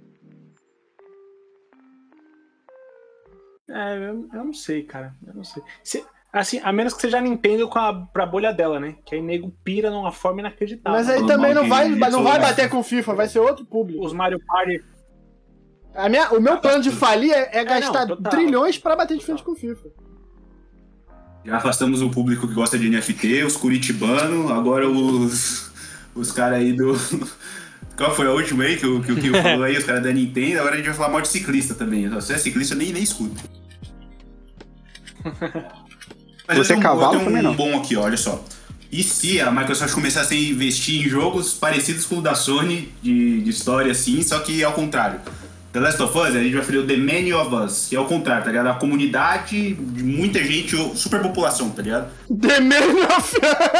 eu não sei, cara. Eu não sei. Assim, a menos que seja a Nintendo pra bolha dela, né? Que aí nego pira numa forma inacreditável. Mas aí não, também não, não vai que- bater com FIFA, vai ser outro público. Os Mario Party. O meu plano de falir é não, gastar total. trilhões pra bater de frente com FIFA. Já afastamos o público que gosta de NFT, os curitibanos, agora os caras aí do... Qual foi a última aí que o Kio falou aí, os caras da Nintendo, agora a gente vai falar mal de ciclista também. Se é ciclista, eu nem escuto. Mas Você eu é cavalo tenho também um não? bom aqui, olha só. E se a Microsoft começasse a investir em jogos parecidos com o da Sony, de história assim, só que ao contrário. The Last of Us, a gente vai fazer o The Many of Us, que é o contrário, tá ligado? A comunidade de muita gente, superpopulação, tá ligado? The Man of...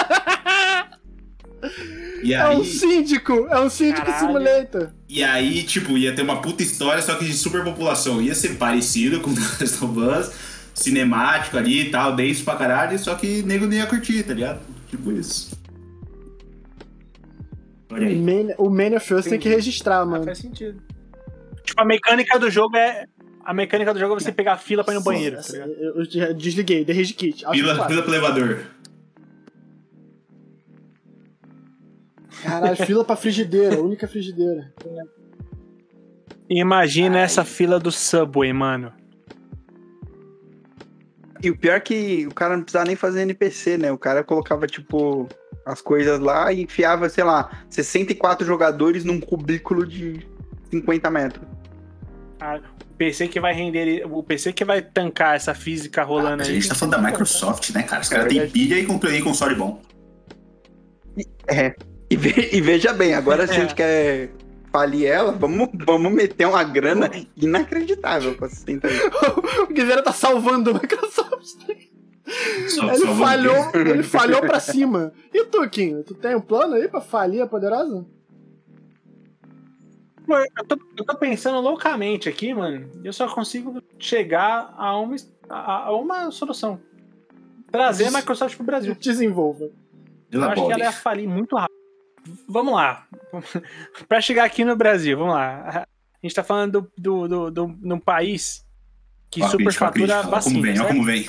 E É um aí, síndico Caralho. simulator. e aí, tipo, ia ter uma puta história, só que de superpopulação. Ia ser parecido com The Last of Us, cinemático ali e tal, denso pra caralho, só que nego não ia curtir, tá ligado? Tipo isso. Olha aí. O Man of Us tem que registrar, mano. Faz sentido. Tipo, a mecânica do jogo é. A mecânica do jogo é você pegar a fila pra ir no banheiro, tá ligado? Eu já desliguei, The Rage Kit. Acho Pila claro. pro elevador. Caralho, fila pra frigideira, única frigideira. Imagina essa fila do Subway, mano. E o pior é que o cara não precisava nem fazer NPC, né? O cara colocava, tipo, as coisas lá e enfiava, sei lá, 64 jogadores num cubículo de 50 metros. O PC que vai render, o PC que vai tancar essa física rolando aí. A gente tá falando da Microsoft, né, cara? Os caras têm pilha e console bom. E veja bem, agora se a gente quer falir ela, vamos meter uma grana inacreditável pra sustentar isso. O Guizera tá salvando a Microsoft. Ele falhou pra cima. E tu, Kim? Tu tem um plano aí pra falir a Poderosa? Eu tô pensando loucamente aqui, mano. Eu só consigo chegar a uma solução. Trazer a Microsoft pro Brasil. Desenvolva. Eu acho que ela ia falir muito rápido. Vamos lá. Pra chegar aqui no Brasil, vamos lá. A gente tá falando num país que superfatura vacina. Olha como vem.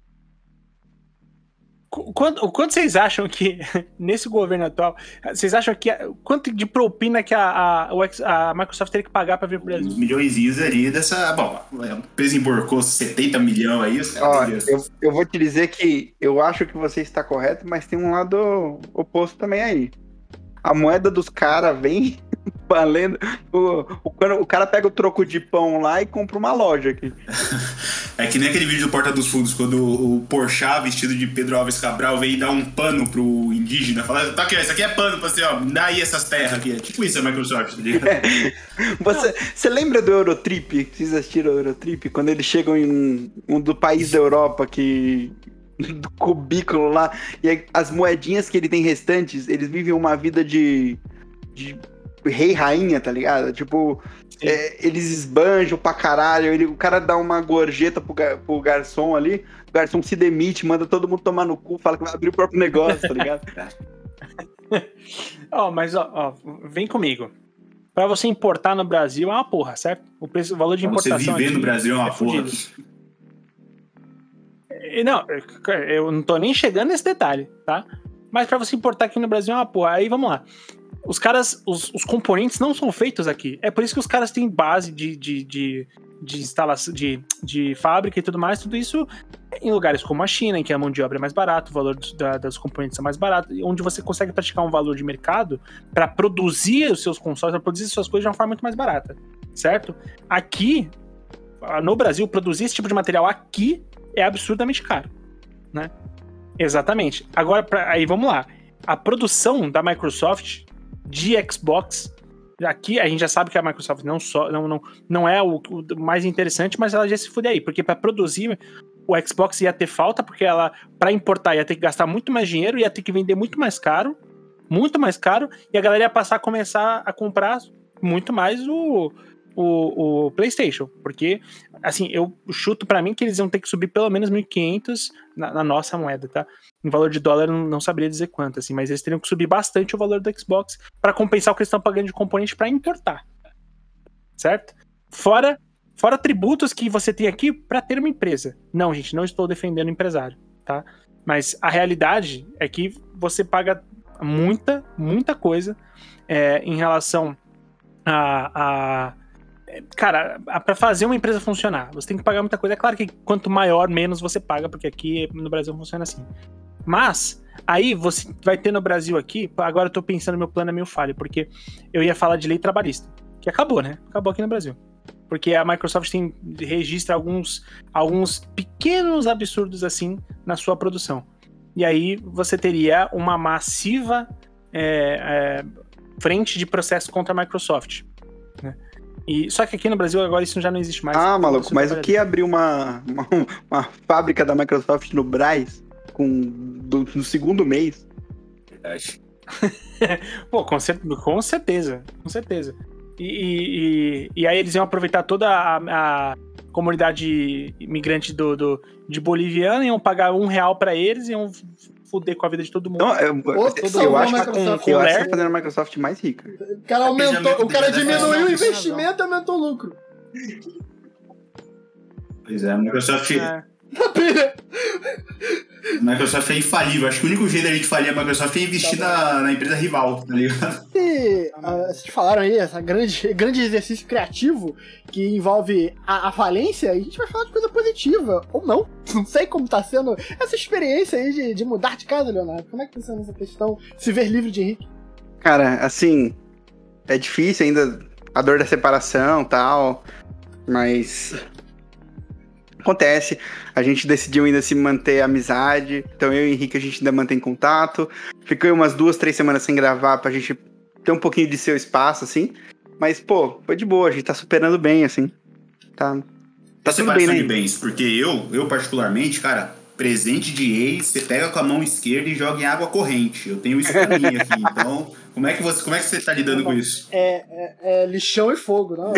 Quanto vocês acham que, nesse governo atual, vocês acham que quanto de propina que a Microsoft teria que pagar pra vir pro Brasil? Uns milhões ali dessa... Bom, a empresa emborcou 70 milhões aí. Ó, eu vou te dizer que eu acho que você está correto, mas tem um lado oposto também aí. A moeda dos caras vem valendo... O cara pega o troco de pão lá e compra uma loja aqui. É que nem aquele vídeo do Porta dos Fundos, quando o Porchat, vestido de Pedro Alves Cabral, veio dar um pano pro indígena, falar, tá aqui, isso aqui é pano pra você, ó, dá aí essas terras aqui. É tipo isso a Microsoft, tá ligado? Você lembra do Eurotrip? Vocês assistiram o Eurotrip? Quando eles chegam em um do país da Europa que... do cubículo lá, e aí, as moedinhas que ele tem restantes, eles vivem uma vida de rei e rainha, tá ligado? Tipo, eles esbanjam pra caralho, o cara dá uma gorjeta pro garçom ali, o garçom se demite, manda todo mundo tomar no cu, fala que vai abrir o próprio negócio, tá ligado? Mas vem comigo. Pra você importar no Brasil é uma porra, certo? O valor de importação você viver no Brasil é uma porra. Não, eu não tô nem chegando nesse detalhe, tá? Mas pra você importar aqui no Brasil é uma porra. Aí vamos lá. Os caras, os componentes não são feitos aqui. É por isso que os caras têm base de instalação, de fábrica e tudo mais. Tudo isso em lugares como a China, em que a mão de obra é mais barata, o valor dos componentes é mais barato, onde você consegue praticar um valor de mercado para produzir os seus consoles, para produzir suas coisas de uma forma muito mais barata, certo? Aqui, no Brasil, produzir esse tipo de material aqui é absurdamente caro, né? Exatamente. Agora, aí vamos lá. A produção da Microsoft de Xbox, aqui a gente já sabe que a Microsoft não é o mais interessante, mas ela já se fude aí, porque para produzir o Xbox ia ter falta, porque ela, para importar, ia ter que gastar muito mais dinheiro, ia ter que vender muito mais caro, e a galera ia começar a comprar muito mais o PlayStation, porque, assim, eu chuto pra mim que eles iam ter que subir pelo menos 1.500 na nossa moeda, tá? Em valor de dólar, eu não saberia dizer quanto, assim, mas eles teriam que subir bastante o valor do Xbox pra compensar o que eles estão pagando de componente pra importar, certo? Fora tributos que você tem aqui pra ter uma empresa. Não, gente, não estou defendendo o empresário, tá? Mas a realidade é que você paga muita coisa em relação cara, pra fazer uma empresa funcionar, você tem que pagar muita coisa. É claro que quanto maior, menos você paga, porque aqui no Brasil funciona assim. Mas, aí você vai ter no Brasil aqui, agora eu tô pensando, meu plano é meio falho, porque eu ia falar de lei trabalhista, que acabou, né? Acabou aqui no Brasil. Porque a Microsoft registra alguns pequenos absurdos assim na sua produção. E aí você teria uma massiva frente de processo contra a Microsoft, né? Só que aqui no Brasil agora isso já não existe mais. Maluco, mas o que abriu uma fábrica da Microsoft no Brás no segundo mês? Verdade. Pô, com certeza. E aí eles iam aproveitar toda a comunidade imigrante de boliviano, iam pagar R$1 pra eles, iam fuder com a vida de todo mundo. Não, eu acho que tá fazendo a Microsoft mais rica. O cara aumentou, o cara diminuiu o investimento e aumentou o lucro. Pois é, a Microsoft... Microsoft é infalível. Acho que o único jeito da gente falir a Microsoft é investir na empresa rival, tá ligado? E vocês falaram aí, esse grande exercício criativo que envolve a falência, e a gente vai falar de coisa positiva, ou não. Não sei como tá sendo essa experiência aí de mudar de casa, Leonardo. Como é que tá sendo essa questão? Se ver livre de Henrique? Cara, assim, é difícil ainda a dor da separação e tal. Mas acontece, a gente decidiu ainda se manter amizade, então eu e o Henrique a gente ainda mantém contato. Fiquei umas 2-3 semanas sem gravar pra gente ter um pouquinho de seu espaço, assim. Mas, pô, foi de boa, a gente tá superando bem, assim. Tá tudo bem, né? De bens, porque eu particularmente, cara, presente de ex, você pega com a mão esquerda e joga em água corrente. Eu tenho isso pra mim aqui, então como é que você tá lidando com isso? É lixão e fogo, não?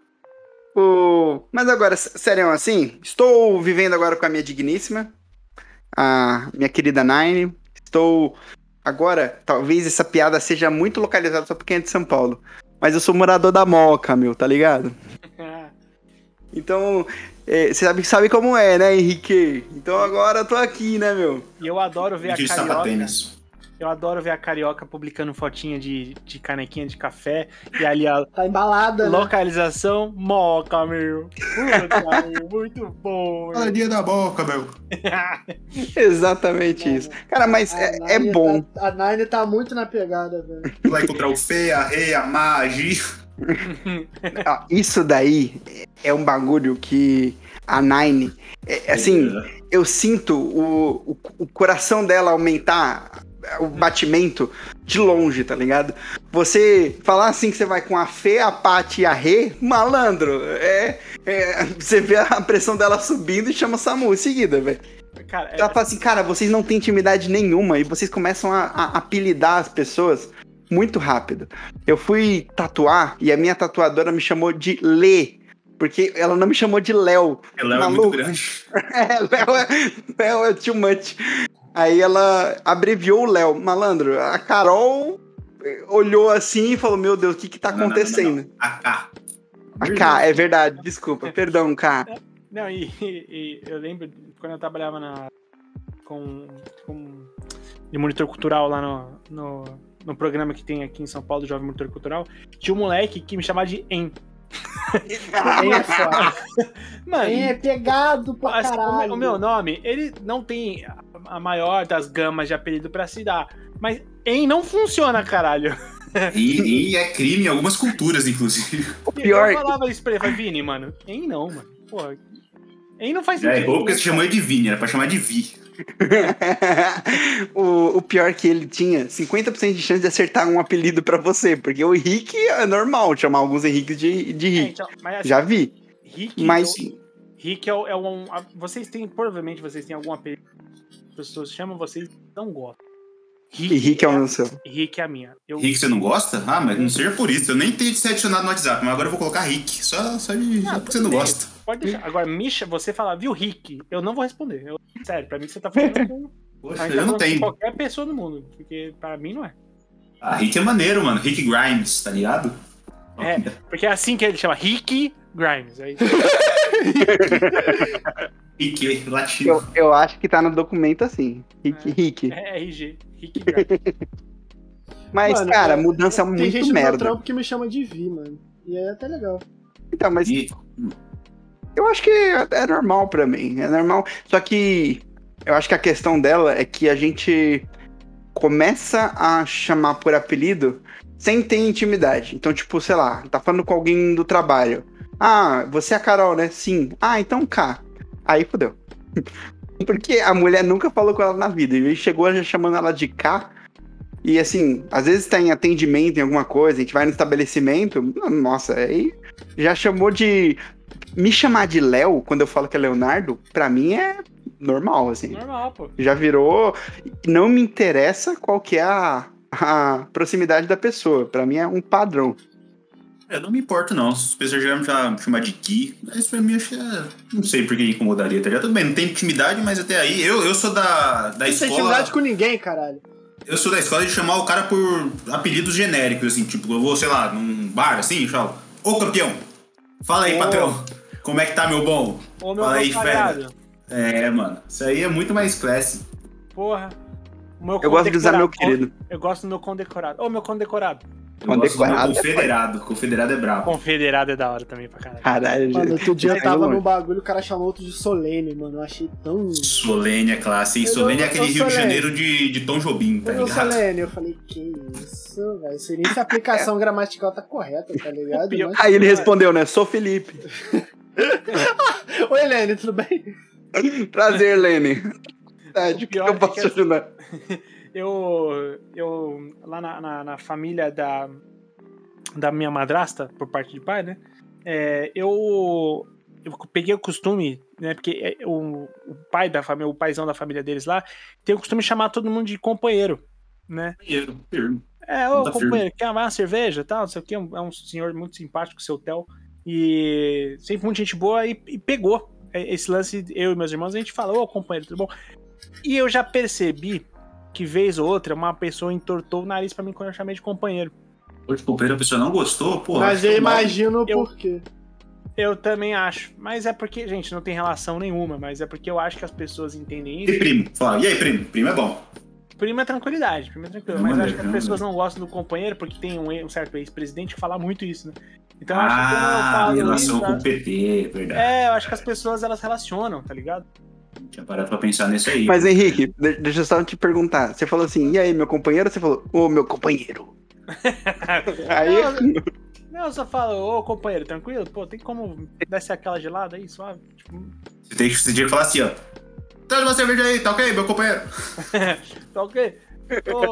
Mas agora, sério, assim, estou vivendo agora com a minha digníssima, a minha querida Nine. Estou agora, talvez essa piada seja muito localizada só pra quem é de São Paulo, mas eu sou morador da Moca, meu, tá ligado? Então, você sabe como é, né, Henrique? Então agora eu tô aqui, né, meu? E eu adoro ver a Carioca. Sapatênis. Eu adoro ver a Carioca publicando fotinha de canequinha de café. E ali a Tá embalada, localização, Moca, meu. Puta, meu, muito bom. Dia da boca, meu. Exatamente isso. Cara, mas é bom. A Nine tá muito na pegada, velho. Vai encontrar o Fê, a Rei, a Magi. Isso daí é um bagulho que a Nine, assim, eu sinto o coração dela aumentar, o batimento de longe, tá ligado? Você falar assim que você vai com a Fê, a Paty e a Rê, malandro, você vê a pressão dela subindo e chama o SAMU em seguida, velho. Ela fala assim, cara, vocês não têm intimidade nenhuma e vocês começam a apelidar as pessoas muito rápido. Eu fui tatuar e a minha tatuadora me chamou de Lê, porque ela não me chamou de Léo. Léo é muito grande. Léo é too much. Aí ela abreviou o Léo. Malandro, a Carol olhou assim e falou, meu Deus, o que tá acontecendo? Não. A K. A K, é verdade, desculpa, perdão, K. Não, e eu lembro quando eu trabalhava de monitor cultural lá no programa que tem aqui em São Paulo, do Jovem Monitor Cultural, tinha um moleque que me chamava de En. En é foda. Mano, En é pegado pra caralho. O meu nome, ele não tem a maior das gamas de apelido pra se dar, mas En não funciona, caralho. E é crime em algumas culturas, inclusive. O pior... Eu falava isso pra ele, Vini, mano, En não, mano. Porra, En não faz sentido. É bom porque você chamou ele de Vini, era pra chamar de Vi. O pior que ele tinha 50% de chance de acertar um apelido pra você, porque o Henrique é normal chamar alguns Henriques de Rick. Então, mas, assim, já vi. Rick é um. Vocês têm, provavelmente vocês têm algum apelido que as pessoas chamam, vocês não gostam. Rick é o seu. Rick é a minha. Rick você não gosta? Ah, mas não seja por isso. Eu nem tenho de ser adicionado no WhatsApp, mas agora eu vou colocar Rick. Só porque você não gosta. Pode deixar. Agora, Misha, você falar, viu, Rick? Eu não vou responder. Sério, pra mim você tá falando com. Poxa, eu não tenho. Qualquer pessoa no mundo. Porque pra mim não é. Ah, Rick é maneiro, mano. Rick Grimes, tá ligado? É, porque é assim que ele chama. Rick Grimes. Aí... Rick, latino. Eu acho que tá no documento assim. Rick. É RG. Rick Grimes. Mas, mano, cara, a mudança é tem muito gente merda. no trampo que me chama de Vi, mano. E é até legal. Então, mas... Eu acho que é normal pra mim. É normal. Só que eu acho que a questão dela é que a gente começa a chamar por apelido sem ter intimidade. Então, tipo, sei lá, tá falando com alguém do trabalho. Ah, você é a Carol, né? Sim. Ah, então K. Aí fodeu. Porque a mulher nunca falou com ela na vida. E ele chegou já chamando ela de K. E assim, às vezes tá em atendimento, em alguma coisa, a gente vai no estabelecimento. Nossa, aí já chamou de... Me chamar de Léo, quando eu falo que é Leonardo, pra mim é normal, assim. Normal, pô. Já virou... Não me interessa qual que é a proximidade da pessoa. Pra mim é um padrão. Eu não me importo, não. Se as pessoas geralmente me chamar de Gui, mas pra mim acho que não sei por que incomodaria, tá ligado? Tudo bem, não tem intimidade, mas até aí... Eu sou da escola... Não tem intimidade com ninguém, caralho. Eu sou da escola de chamar o cara por apelidos genéricos, assim. Tipo, eu vou, sei lá, num bar, assim, eu falo... Ô, campeão! Fala aí, patrão! Como é que tá, meu bom? Ô, meu fala aí, fera. É, mano. Isso aí é muito mais classe. Porra. Eu gosto de usar meu querido. Eu gosto do meu condecorado. Ô, meu condecorado. Eu gosto do meu Condecorado é confederado. Confederado é brabo. Confederado é da hora também pra caralho. Caralho, Mano, outro dia eu Mas tava longe. num bagulho, o cara chamou outro de Solene, mano. Eu achei tão. Solene é classe, hein? Eu Solene é não- aquele eu Rio sou de Solene. Janeiro de Tom Jobim, tá Ô, ligado? Solene, eu falei, que isso, velho. Sei nem se a aplicação gramatical tá correta, tá ligado? Pior- Mas- Aí ele respondeu, né? Sou Felipe. Oi, Helene, tudo bem? Prazer, Lene. De que pior eu é posso que te ajudar? Eu lá na família da minha madrasta, por parte de pai, né? Eu peguei o costume, né? Porque o pai da família, o paizão da família deles lá, tem o costume de chamar todo mundo de companheiro, né? Firme. Ô, Tá companheiro, quer uma cerveja e tal, não sei o quê. É um senhor muito simpático, seu Theo. E sempre muita gente boa e pegou esse lance, eu e meus irmãos, a gente falou, ô, companheiro, tudo bom? E eu já percebi que, vez ou outra, uma pessoa entortou o nariz pra mim quando eu chamei de companheiro. Hoje, companheiro, a pessoa não gostou, pô. Mas eu imagino Eu- por quê. Eu também acho. Mas é porque, gente, não tem relação nenhuma, mas é porque eu acho que as pessoas entendem E isso. primo? Fala, e aí, primo? Primo é bom. Prima é tranquilidade, prima é tranquilo. É Mas eu maneiro, acho que as é pessoas maneiro. não gostam do companheiro porque tem um certo ex-presidente que fala muito isso, né? Então eu acho que quando eu Ah, falo em relação isso, com o PT, verdade. eu acho que as pessoas elas relacionam, tá ligado? Tinha parado pra pensar nisso aí. Mas, Henrique, deixa eu só te perguntar. Você falou assim, e aí, meu companheiro? Ou você falou, ô, meu companheiro? Aí, Não, eu só falo, ô companheiro, tranquilo? Pô, tem como descer aquela gelada aí, suave? Tipo, Você tinha que falar assim, ó. Traz uma cerveja aí, tá ok, meu companheiro? tá ok? Ô,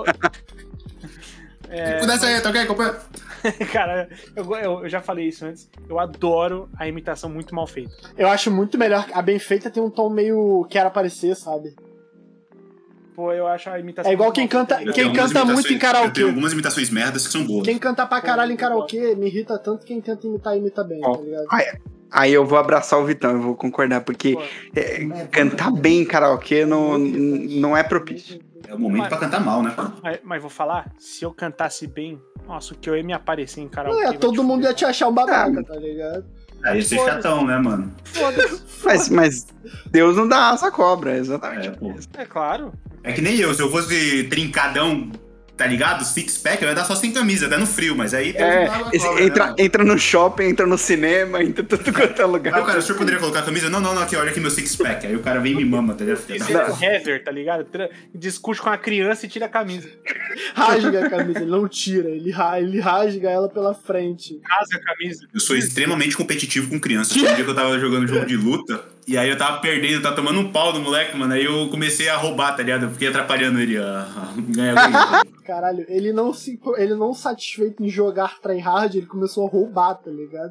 Desce aí, tá ok, companheiro? cara, eu já falei isso antes. Eu adoro a imitação muito mal feita. Eu acho muito melhor. A bem feita tem um tom meio quero aparecer, sabe? Pô, eu acho a imitação. É igual muito quem mal feita canta- dele. Eu quem tenho algumas canta muito imitações- em karaokê. Eu tenho algumas imitações merdas que são boas. Quem canta pra caralho em karaokê me irrita tanto, quem tenta imitar, imita bem, Ó, tá ligado? aí eu vou abraçar o Vitão, eu vou concordar, porque Pô, cantar bem em karaokê não é propício. É o momento pra cantar mal, né? mas vou falar, se eu cantasse bem, nossa, o que eu ia me aparecer em karaokê. Não, vai todo te mundo ia fuder. te achar um babaca, tá ligado? Aí você é chatão, né, mano? Foda-se. Mas Deus não dá asa à cobra, exatamente. É, pô. É claro. É que nem eu, se eu fosse trincadão, tá ligado? Six pack, eu ia dar só sem camisa, até no frio, mas aí Deus não dá uma cobra, né, mano? Entra no shopping, entra no cinema, entra em tudo quanto é lugar. Aí o cara, o senhor poderia colocar a camisa? Não, aqui, olha aqui meu six pack. Aí o cara vem e me mama, tá ligado? Esse é o Heather, tá ligado? Discute com a criança e tira a camisa. Rasga a camisa, ele não tira, ele rasga ela pela frente. Rasga a camisa. Eu sou extremamente competitivo com crianças. Tinha um dia que eu tava jogando jogo de luta, e aí eu tava perdendo, tava tomando um pau do moleque, mano. Aí eu comecei a roubar, tá ligado? Eu fiquei atrapalhando ele a ganhar o jogo. Caralho, ele não satisfeito em jogar tryhard, ele começou a roubar, tá ligado?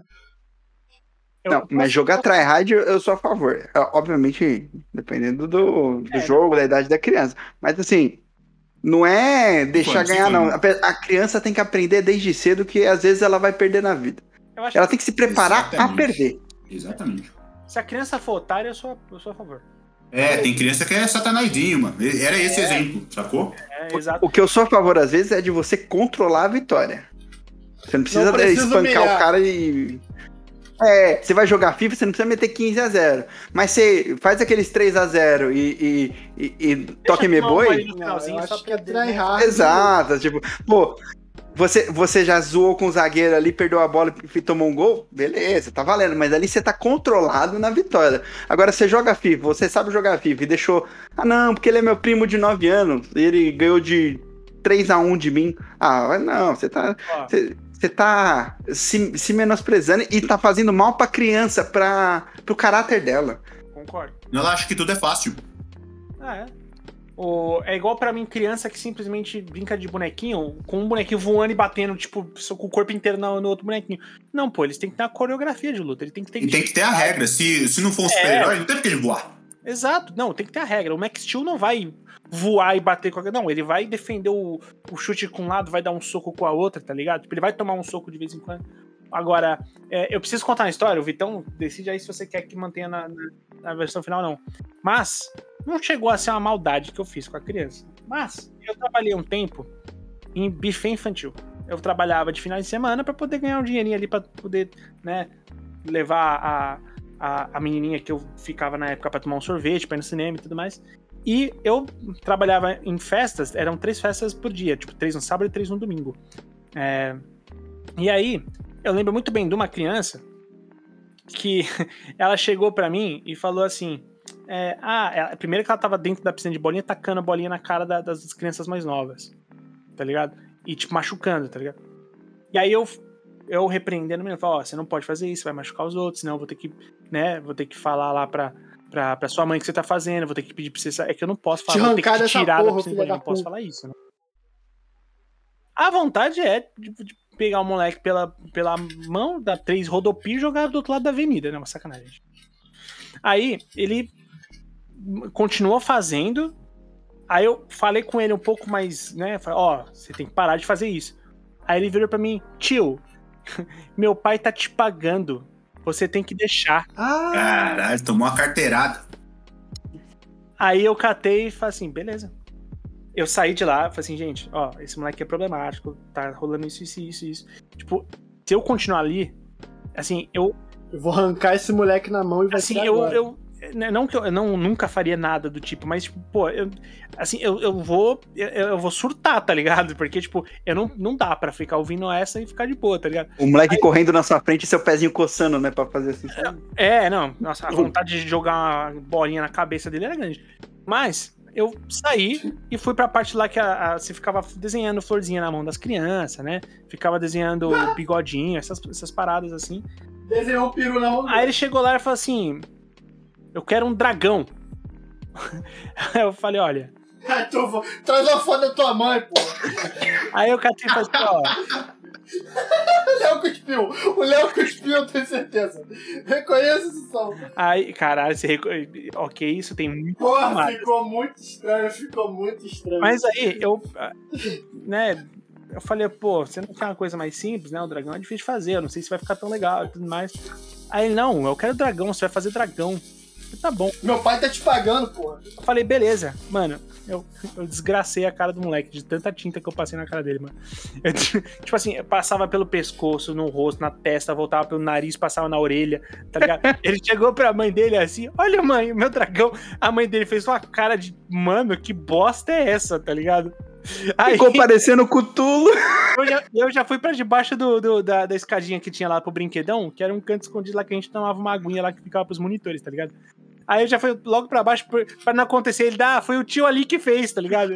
Não, mas jogar tryhard eu sou a favor. Obviamente, dependendo do jogo, da idade da criança. Mas assim, não é deixar Sim, ganhar, sim. não. A criança tem que aprender desde cedo que às vezes ela vai perder na vida. Eu acho Ela que tem que se preparar a Exatamente. perder. Exatamente. se a criança for otária, eu sou a favor. É, tem criança que é satanaidinho, mano. Era esse exemplo, sacou? É, exato. O que eu sou a favor, às vezes, é de você controlar a vitória. Você não precisa, Não precisa espancar humilhar. o cara e... você vai jogar FIFA, você não precisa meter 15-0. Mas você faz aqueles 3-0 e toque me boi. Não, eu acho que é tryhard. Exato, tipo, pô, você já zoou com o zagueiro ali, perdeu a bola e tomou um gol? Beleza, tá valendo, mas ali você tá controlado na vitória. Agora você joga FIFA, você sabe jogar FIFA e deixou, não, porque ele é meu primo de 9 anos e ele ganhou de 3-1 de mim. Não, você tá... Ó, Você tá se menosprezando e tá fazendo mal pra criança, pro caráter dela. concordo. Ela acha que tudo é fácil. É igual pra mim, criança que simplesmente brinca de bonequinho, com um bonequinho voando e batendo, tipo, com o corpo inteiro no outro bonequinho. Não, pô, eles têm que ter uma coreografia de luta. Ele tem que ter E tem que ter a regra. Se não for um super-herói, não tem porque ele voar. Exato, não, tem que ter a regra. O Max Steel não vai voar e bater com a... Não, ele vai defender o chute com um lado, vai dar um soco com a outra, tá ligado? Tipo, ele vai tomar um soco de vez em quando. Agora, eu preciso contar uma história, o Vitão decide aí se você quer que mantenha na versão final ou não. Mas, não chegou a ser uma maldade que eu fiz com a criança. Mas, eu trabalhei um tempo em buffet infantil. Eu trabalhava de final de semana pra poder ganhar um dinheirinho ali, pra poder, né, levar a menininha que eu ficava na época pra tomar um sorvete, pra ir no cinema e tudo mais. E eu trabalhava em festas, eram 3 festas por dia, tipo 3 no sábado e 3 no domingo. E aí, eu lembro muito bem de uma criança que ela chegou pra mim e falou assim... primeiro que ela tava dentro da piscina de bolinha, tacando a bolinha na cara das crianças mais novas, tá ligado? E, tipo, machucando, tá ligado? E aí eu repreendendo a menina, falo, você não pode fazer isso, vai machucar os outros, senão eu vou ter que, né, falar lá pra sua mãe que você tá fazendo, vou ter que pedir pra você... É que eu não posso falar, vou ter que te tirar da piscina de bolinha, não posso falar isso, né? A vontade é de pegar o moleque pela mão, dar 3 rodopios e jogar do outro lado da avenida, né? Uma sacanagem. Aí, ele continuou fazendo. Aí eu falei com ele um pouco mais, né? Falei, você tem que parar de fazer isso. Aí ele virou pra mim, tio, meu pai tá te pagando. Você tem que deixar. Caralho, tomou uma carteirada. Aí eu catei e falei assim, beleza. Eu saí de lá, falei assim, gente, esse moleque é problemático, tá rolando isso. Tipo, se eu continuar ali, assim, eu vou arrancar esse moleque na mão e vai assim, ser eu não que eu nunca faria nada do tipo, mas, tipo, pô, eu vou surtar, tá ligado? Porque, tipo, não dá pra ficar ouvindo essa e ficar de boa, tá ligado? O moleque correndo na sua frente e seu pezinho coçando, né, pra fazer assim. Nossa, a vontade de jogar uma bolinha na cabeça dele era grande. Mas eu saí e fui pra parte lá que você ficava desenhando florzinha na mão das crianças, né? Ficava desenhando bigodinho, essas paradas assim. Desenhou um peru na mão. Aí ele chegou lá e falou assim, eu quero um dragão. Aí eu falei, olha... Traz uma foto da tua mãe, pô. Aí eu catei e falei assim, O Léo cuspiu, eu tenho certeza. Reconheço esse som. Aí, caralho, ok, isso tem muito... Porra, ficou muito estranho. Mas aí, eu falei, pô, você não quer uma coisa mais simples, né? O dragão é difícil de fazer, eu não sei se vai ficar tão legal e tudo mais. Aí ele, não, eu quero dragão, você vai fazer dragão. Tá bom. Meu pai tá te pagando, porra. Eu falei, beleza. Mano, eu desgracei a cara do moleque de tanta tinta que eu passei na cara dele, mano. Tipo assim, eu passava pelo pescoço, no rosto, na testa, voltava pelo nariz, passava na orelha, tá ligado? Ele chegou pra mãe dele assim, olha mãe, meu dragão. A mãe dele fez uma cara de, mano, que bosta é essa, tá ligado? Aí, ficou parecendo Cthulhu. Eu já fui pra debaixo da escadinha que tinha lá pro brinquedão, que era um canto escondido lá que a gente tomava uma aguinha lá que ficava pros monitores, tá ligado? Aí eu já fui logo pra baixo pra não acontecer. Ele foi o tio ali que fez, tá ligado?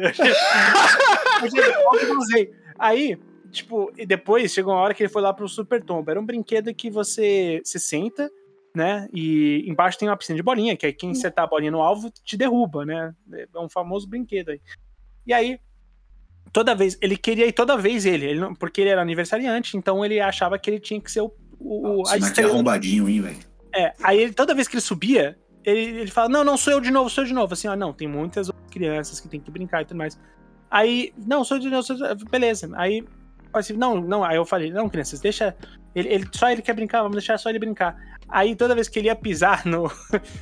Aí, tipo, e depois chegou uma hora que ele foi lá pro Super Tombo. Era um brinquedo que você se senta, né? E embaixo tem uma piscina de bolinha, que aí quem acertar a bolinha no alvo te derruba, né? É um famoso brinquedo aí. E aí, toda vez, ele queria ir toda vez porque ele era aniversariante, então ele achava que ele tinha que ser a estrela. Arrombadinho, hein, velho? Aí toda vez que ele subia, ele fala, não, sou eu de novo. Assim, não, tem muitas outras crianças que tem que brincar e tudo mais. Aí, não, sou eu de novo, beleza. Aí, assim, não, aí eu falei, não, crianças, deixa, só ele quer brincar, vamos deixar só ele brincar. Aí, toda vez que ele ia pisar no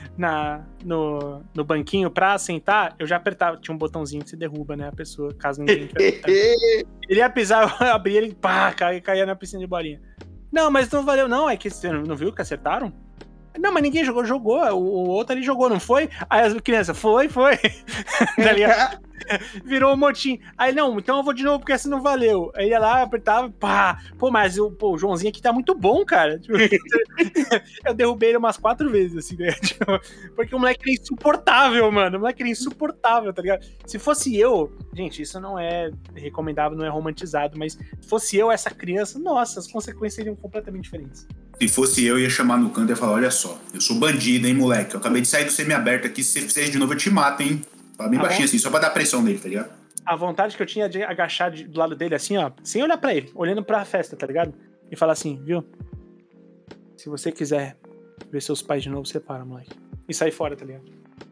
banquinho pra sentar, eu já apertava, tinha um botãozinho que você derruba, né, a pessoa, caso ninguém ele ia pisar, eu abria ele, pá, caía na piscina de bolinha. Não, mas não valeu, não, é que você não viu que acertaram? Não, mas ninguém jogou. O outro ali jogou, não foi? Aí as crianças, foi. Tá ligado? Virou um motim. Aí, não, então eu vou de novo porque essa não valeu. Aí ia lá, apertava, pá. Pô, mas o Joãozinho aqui tá muito bom, cara. Tipo, eu derrubei ele umas 4 vezes, assim, né? Tipo, porque o moleque era insuportável, mano. O moleque era insuportável, tá ligado? Se fosse eu, gente, isso não é recomendável, não é romantizado, mas se fosse eu, essa criança, nossa, as consequências seriam completamente diferentes. Se fosse eu, ia chamar no canto e ia falar, olha só, eu sou bandido, hein, moleque? Eu acabei de sair do semi-aberto aqui, se você fizer isso de novo, eu te mato, hein? Fala bem baixinho assim, só pra dar pressão nele, tá ligado? A vontade que eu tinha de agachar do lado dele assim, ó, sem olhar pra ele, olhando pra festa, tá ligado? E falar assim, viu? Se você quiser ver seus pais de novo, separa, moleque. E sair fora, tá ligado?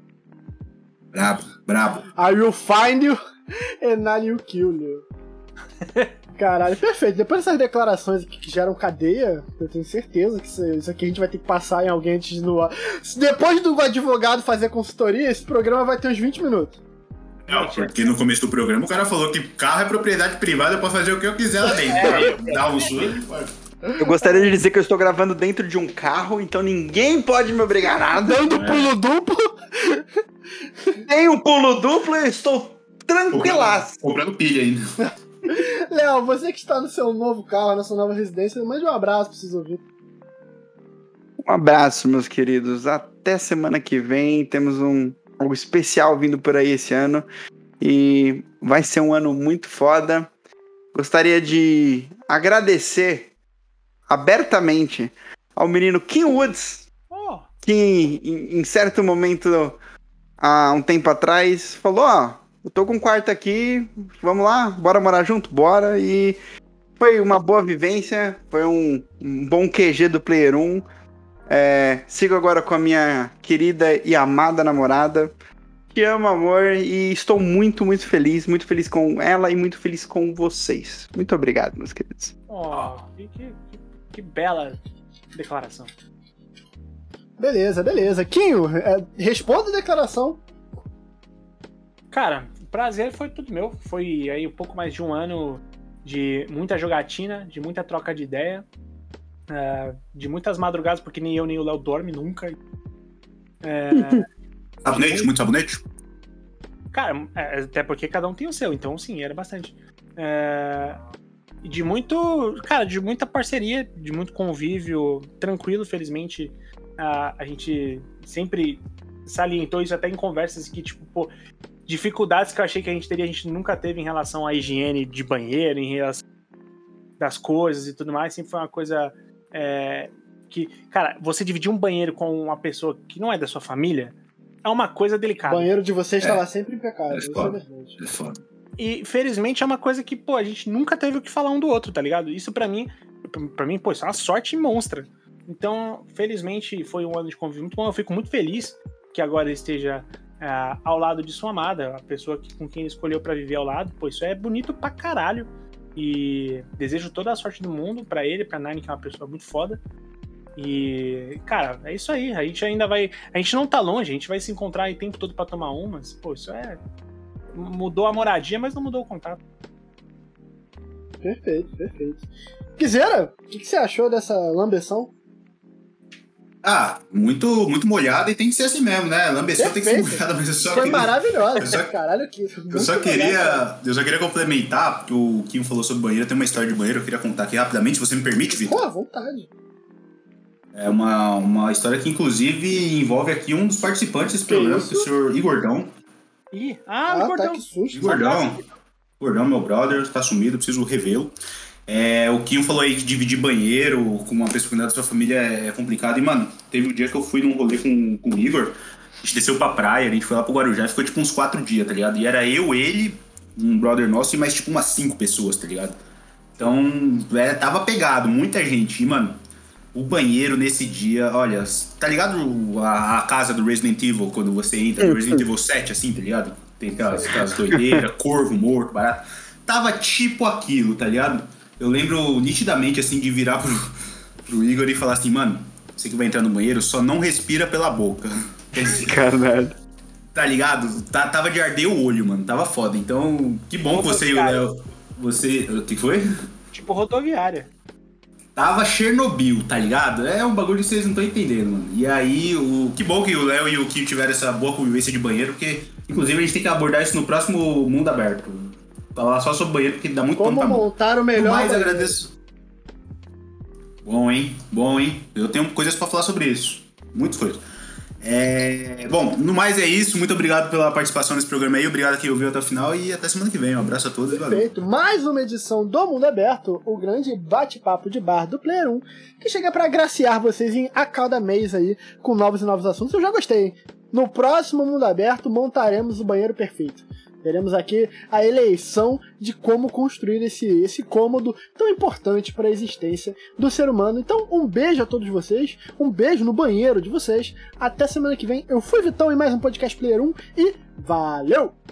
Brabo. I will find you and I will kill you. Caralho, perfeito. Depois dessas declarações que geram cadeia, eu tenho certeza que isso aqui a gente vai ter que passar em alguém antes de no... Depois do advogado fazer consultoria, esse programa vai ter uns 20 minutos. Não, porque no começo do programa o cara falou que carro é propriedade privada, eu posso fazer o que eu quiser lá dentro. Dá um susto. Eu gostaria de dizer que eu estou gravando dentro de um carro, então ninguém pode me obrigar a nada. Dando pulo duplo. Tem um pulo duplo e estou tranquilaço. Comprando pilha ainda. Léo, você que está no seu novo carro, na sua nova residência, mande um abraço pra vocês ouvirem. Um abraço, meus queridos. Até semana que vem. Temos algo especial vindo por aí esse ano. E vai ser um ano muito foda. Gostaria de agradecer abertamente ao menino Kim Woods, que em certo momento, há um tempo atrás, falou, eu tô com um quarto aqui, vamos lá, bora morar junto? Bora. E foi uma boa vivência, foi um bom QG do Player 1. Sigo agora com a minha querida e amada namorada. Te amo, amor, e estou muito, muito feliz com ela e muito feliz com vocês. Muito obrigado, meus queridos. Que bela declaração. Beleza. Quinho, responda a declaração. Cara, o prazer foi tudo meu. Foi aí um pouco mais de um ano de muita jogatina, de muita troca de ideia, de muitas madrugadas, porque nem eu nem o Léo dorme nunca. Sabonete? Muito sabonete? Cara, até porque cada um tem o seu, então sim, era bastante. De muita parceria, de muito convívio, tranquilo, felizmente. A gente sempre salientou isso até em conversas que, tipo, dificuldades que eu achei que a gente nunca teve em relação à higiene de banheiro, em relação das coisas e tudo mais, sempre foi uma coisa que, cara, você dividir um banheiro com uma pessoa que não é da sua família é uma coisa delicada. O banheiro de vocês estava sempre impecável, isso é verdade. É foda. E, felizmente, é uma coisa que, a gente nunca teve o que falar um do outro, tá ligado? Isso pra mim, isso é uma sorte monstra. Então, felizmente, foi um ano de convívio muito bom. Eu fico muito feliz que agora ele esteja ao lado de sua amada, a pessoa com quem ele escolheu pra viver ao lado. Isso é bonito pra caralho. E desejo toda a sorte do mundo pra ele, pra Nine, que é uma pessoa muito foda. E, cara, é isso aí. A gente não tá longe, a gente vai se encontrar aí o tempo todo pra tomar umas. Isso mudou a moradia, mas não mudou o contato. Perfeito. Quiseira, o que você achou dessa lambeção? Muito, muito molhada e tem que ser assim mesmo, né? Lambeção tem que ser molhada, mas eu só Foi maravilhosa. Caralho, eu só queria complementar, o Kim falou sobre banheiro, tem uma história de banheiro, eu queria contar aqui rapidamente, se você me permite, Vitor. Pô, à vontade. É uma história que, inclusive, envolve aqui um dos participantes desse programa, que é o senhor Igordão. O Gordão. Tá, que susto. Gordão, meu brother, tá sumido, preciso revê-lo. O Kim falou aí que dividir banheiro com uma pessoa da sua família é complicado. E, mano, teve um dia que eu fui num rolê com o Igor, a gente desceu pra praia, a gente foi lá pro Guarujá e ficou tipo uns 4 dias, tá ligado? E era eu, ele, um brother nosso e mais tipo umas 5 pessoas, tá ligado? Então, tava pegado, muita gente. E, mano, o banheiro nesse dia, olha, tá ligado a casa do Resident Evil, quando você entra no Resident Evil 7, assim, tá ligado? Tem aquelas doideiras, corvo morto, barato. Tava tipo aquilo, tá ligado? Eu lembro nitidamente, assim, de virar pro Igor e falar assim, mano, você que vai entrar no banheiro, só não respira pela boca. Caralho. Tá ligado? Tava de arder o olho, mano. Tava foda. Então, que bom que você e o Léo... O que foi? Tipo rodoviária. Tava Chernobyl, tá ligado? É um bagulho que vocês não estão entendendo, mano. E aí, que bom que o Léo e o Kim tiveram essa boa convivência de banheiro, porque, inclusive, a gente tem que abordar isso no próximo Mundo Aberto. Falar só sobre banheiro, porque dá muito pano pra mão. Como montar o melhor mais banheiro. Agradeço. Bom, hein? Eu tenho coisas pra falar sobre isso. Muitas coisas. Bom, no mais é isso. Muito obrigado pela participação nesse programa aí. Obrigado a quem ouviu até o final e até semana que vem. Um abraço a todos e valeu. Perfeito. Mais uma edição do Mundo Aberto, o grande bate-papo de bar do Player 1, que chega pra agraciar vocês a cada mês aí com novos e novos assuntos. Eu já gostei. No próximo Mundo Aberto montaremos o banheiro perfeito. Teremos aqui a eleição de como construir esse cômodo tão importante para a existência do ser humano. Então, um beijo a todos vocês, um beijo no banheiro de vocês. Até semana que vem. Eu fui Vitão em mais um podcast Player 1 e valeu!